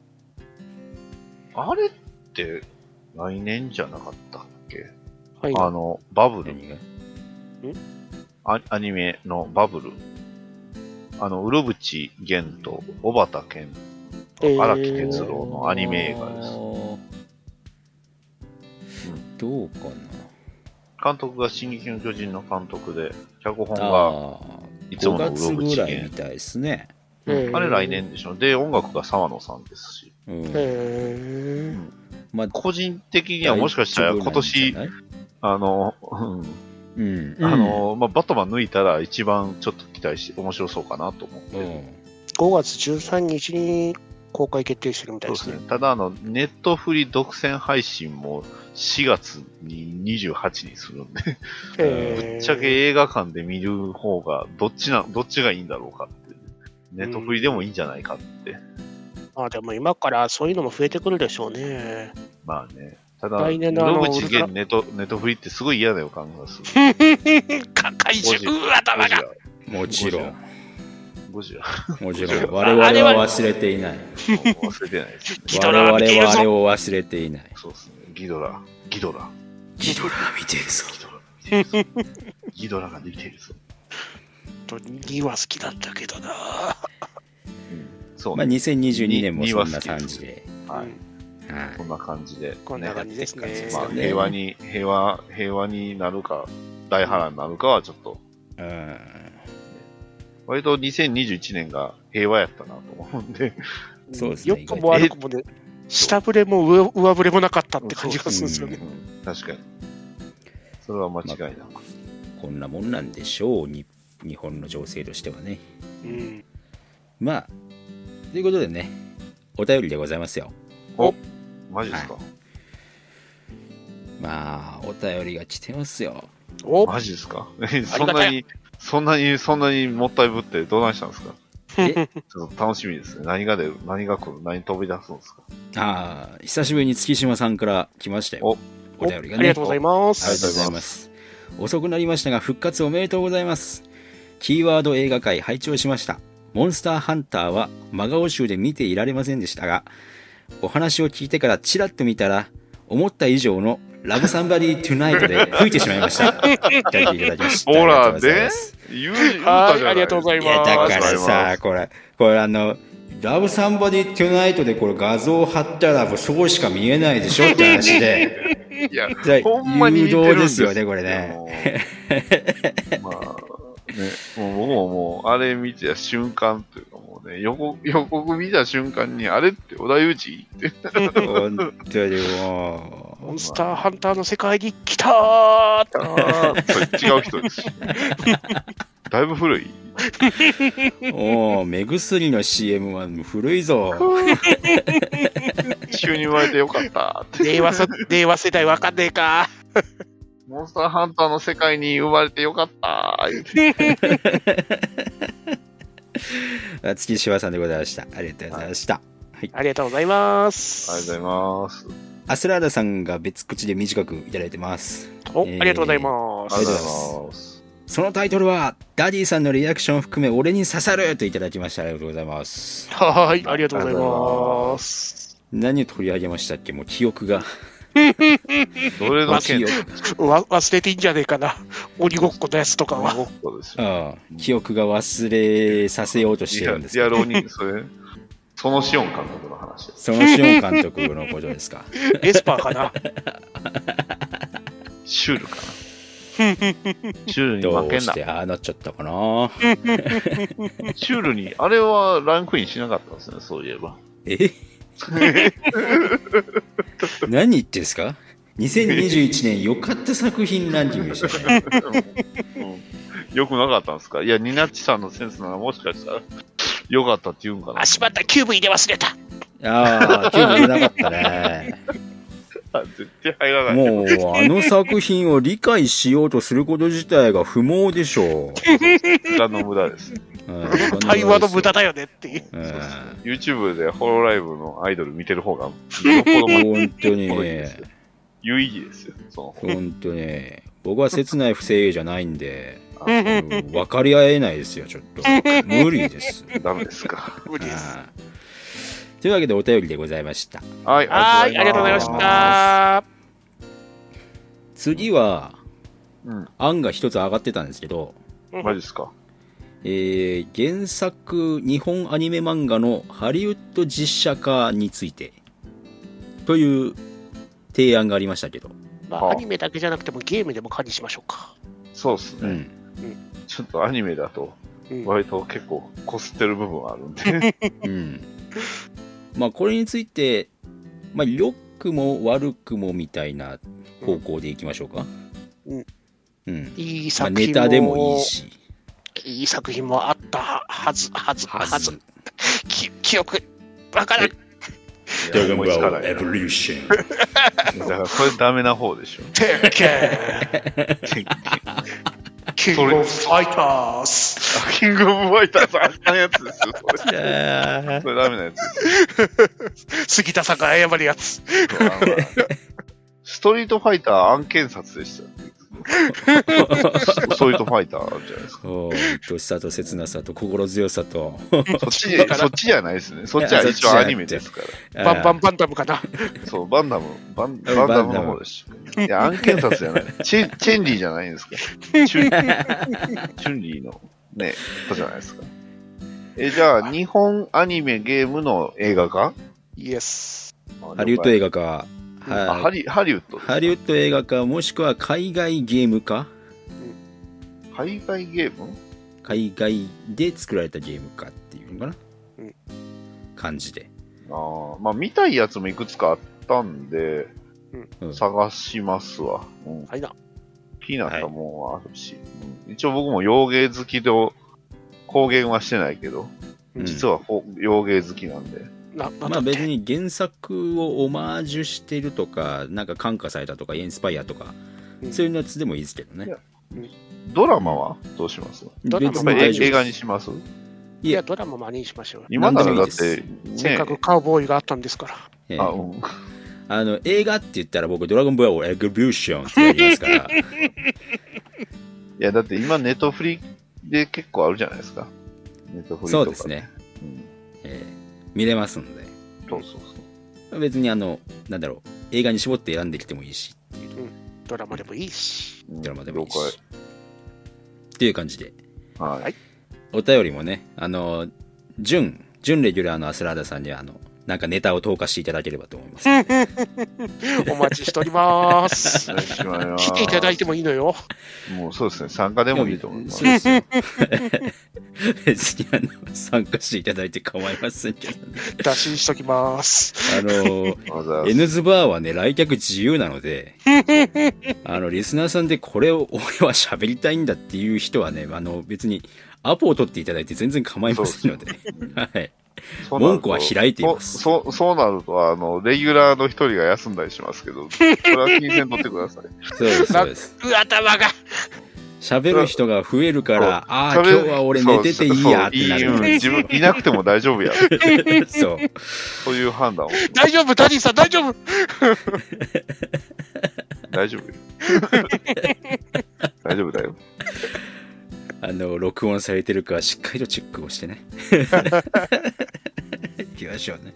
あれって来年じゃなかったっけ、 はい。 あの、バブル何がア、アニメのバブル。あの、ウロブチ玄と小畑健えー荒木哲郎のアニメ映画です。 す。どうか監督が進撃の巨人の監督で、脚本な。 がああ、 いつもごがつのウロブチぐらいみ玄。 たいですね。 えーあれ来年でしょ。で、音楽が沢野さんですし。 うん。 へーまあ、 個人的にはもしかしたら今年、あの、うんうん、 あの、まあ、バットマン抜いたら一番ちょっと期待して面白そうかなと思って。 うん、 ごがつじゅうさんにちに公開決定してるみたいですね。 そうですね。ただ、あの、ネットフリ独占配信もしがつににじゅうはちにするんで、ぶっちゃけ映画館で見る方が、どっちな、どっちがいいんだろうかって。ネットフリでもいいんじゃないかって。うん、 まあでも今からそういうのも増えてくるでしょうね。 まあね。ただ、 来年のあの野口源ネット、ネットフリってすごい嫌な予感がする。 怪獣、うわ、頭が。 もちろん。 ゴジラ。 もちろん。我々は忘れていない。 忘れてないです、ね。 我々はあれを忘れていない。 そうですね。ギドラ。ギドラ。 ギドラ見てるぞ。 ギドラができているぞ。 本当には好きだったけどな。 そう、 まあ、にせんにじゅうにねんもそんな感じで。 はい。こんな感じで。 こんな感じですね。 まあ、平和に、平和、平和になるか、大波乱になるかはちょっと。 うん。 割とにせんにじゅういちねんが平和やったなと思うんで。 そうですね。 よくも悪くもね、下振れも上上振れもなかったって感じがするんですよね。 うん、確かに。それは間違いなく、まあ。 こんなもんなんでしょう、に日本の情勢としてはね。 うん。 まあ、ということでね、お便りでございますよ。 おマジですか、はい、 まあ、お便りが来てますよ。 おマジですかそんなに、そんなに、そんなにもったいぶってどうなんしたんですかえちょっと楽しみですね。何が出る何が来る何飛び出すんですかああ、久しぶりに月島さんから来ましたよ。お、お便りがね。 ありがとうございます。 ありがとうございます。遅くなりましたが、復活おめでとうございます。キーワード映画界拝聴しました。モンスターハンターは真顔集で見ていられませんでしたが、お話を聞いてからチラッと見たら、思った以上のラブサンバディトゥナイトで吹いてしまいました。いただきいただきました。 ほら、で言う、言うたじゃない。 ありがとうございます。いや、 だからさ、これ、これあの、ラブサンバディトゥナイトでこれ画像貼ったらそうしか見えないでしょって話で。 いや、ほんまに誘導ですよね、これね。 まあ、ね、もう僕ももう、あれ見た瞬間というかもうね、予告、予告見た瞬間に、あれって織田裕二って。 本当にもう。 モンスターハンターの世界に来たーそれ違う人です。だいぶ古い。 おお、目薬の シーエム は古いぞ。 地球に生まれてよかったって。 令和そ、令和世代わかんねえか。 モンスターハンターの世界に生まれてよかったー。 月島さんでございました。ありがとうございました。はい、 ありがとうございます。 ありがとうございます。 アスラーダさんが別口で短くいただいてます。 お、えー、ありがとうございます。 ありがとうございます。 そのタイトルは、ダディさんのリアクションを含め俺に刺さるといただきました。ありがとうございます。 はい、ありがとうございます。 何を取り上げましたっけもう記憶が。 どれの記憶わ忘れていいんじゃねえかな。鬼ごっこのやつとかは。 鬼ごっこですよ。 ああ、記憶が忘れさせようとしてるんですけど。 やろうに、それ。そのシオン監督の話です。 そのシオン監督のことですか。 エスパーかな。 シュールかな。シュールに負けんな。 どうしてああなっちゃったかな。 シュールに、あれはランクインしなかったんですね、そういえば。 え何言ってんですか ?にせんにじゅういち 年良かった作品ランキングでしたね。 うん、よくなかったんですかいや、ニナッチさんのセンスならもしかしたら良かったって言うんかな。 あ、しまった、キューブ入れ忘れた。 ああ、キューブ入れなかったね。 絶対入らない。 もう、あの作品を理解しようとすること自体が不毛でしょう。 時間の無駄です。 うん、対話の無駄だよねっていう。 うん、 YouTube でホロライブのアイドル見てる方が、よっぽど本当にね、 有意義ですよ。その本当に、僕は切ない不正義じゃないんで、分かり合えないですよ、ちょっと。無理です。 ダメですか。 無理です。 というわけでお便りでございました。 はい、 ありがとうございました。 次は、 うん、 案が一つ上がってたんですけど、 マジですか。 えー、原作日本アニメ漫画のハリウッド実写化についてという提案がありましたけど、 まあ、アニメだけじゃなくてもゲームでも加にしましょうか。 そうですね、うん、ちょっとアニメだと割と結構こすってる部分はあるんで、 うん、まあこれについて、まあ、良くも悪くもみたいな方向でいきましょうか。 うんうん、 いい作品も、 まあ、ネタでもいいし、 いい作品もあったはずはずはず。記憶わからん。 ドラゴンボ思いつかなールエいなボリューション。 だからこれダメな方でしょ。 テッケンキングオブファイターズ。 キングオブファイターズあかんやつですよ、それ。 あーそれダメなやつですよ。 杉田さんが謝るやつ。 そうあのストリートファイター案件札でしたよ。ストリートファイターじゃないですか。 おー愛しさと切なさと心強さと。 そっちじそっちじゃないですね。そっちは一応アニメですから。 バンバンバンダムかな。 そう、バンダム、バンバンダムの方です。いや、案件札じゃない。チェチェンリーじゃないんですか。チュンチュンリーのね、人じゃないですか。え、じゃあ、日本アニメゲームの映画化？ イエス。 ハリウッド映画か、 あはハリハリウッドい、ハリウッド映画か、もしくは海外ゲームか、 海外ゲーム海外で作られたゲームかっていうのかな、 うん感じで。 ああ、まあ見たいやつもいくつかあったんで、 うん探しますわ。うん、 はいな。 気になったもんはあるし、うん一応僕も洋芸好きで公言はしてないけど、 うん実はほ洋芸好きなんで。 ななんまあだっけ別に原作をオマージュしてるとか、なんか感化されたとか、インスパイアとか、 うんそういうやつでもいいですけどね。 いやドラマはどうします？ ドラマ別やっぱりに大丈夫映画です。 にします？ いや、ドラマもにしましょう。 今ならだっ何でもいいて、 せっかくカウボーイがあったんですから。 ええあ、うん。 あの映画って言ったら僕、ドラゴンボールエグビューションってやりますから。 いや、だって今ネットフリで結構あるじゃないですか。ネットフリとか。 そうですね、 うん。 ええ見れますので、 そうそうそう。 別にあの、なんだろう、映画に絞って選んできてもいいしっていうドラマでもいいし。 うんドラマでもいいし。 了っていう感じで、 解。はい。 はいお便りもね、あの、準、準レギュラーのアスラーダさんには、あの、なんかネタを投下していただければと思います。 お待ちしております。 お願いします来ていただいてもいいのよ。 もうそうですね、参加でもいいと思いますそう。ですよ。別にあの参加していただいて構いませんけど、ね、 打診しときます。 あの、 わざわざ N ズバーはね、来客自由なので、あの、リスナーさんでこれを俺は喋りたいんだっていう人はね、あの、別にアポを取っていただいて全然構いませんので、はい。 そうなると門戸は開いていますそそうそうなると、あの、レギュラーの一人が休んだりしますけど、それは気にせんとってください。 そうです、そうです。 う頭が。 喋る人が増えるから、ああ、 それ今日は俺寝てていいやってなる。 そうそういいうん自分いなくても大丈夫や。 そう。 そういう判断を。 大丈夫、ダディさん、大丈夫。 大丈夫よ。大丈夫だよ。 あの、録音されてるかしっかりとチェックをしてね。行きましょうね。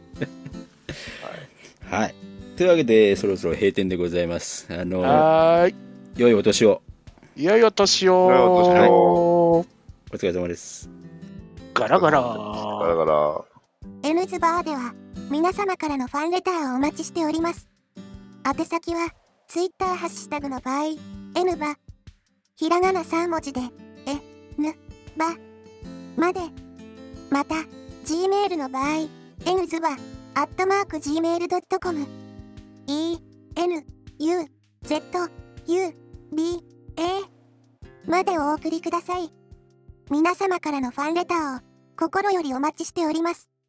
はい。というわけで、そろそろ閉店でございます。あの、 はーい。 良いお年を。 いよいよ年を。 良いお年をお疲れ様です。 ガラガラ。 だから N ズバーでは皆様からのファンレターをお待ちしております。宛先は Twitter ハッシュタグの場合 N バひらがなさん文字でえぬばまで、また Gmail の場合 N ズバアットマーク ジーメールドットコム E N U Z U B A までお送りください。皆様からのファンレターを心よりお待ちしております。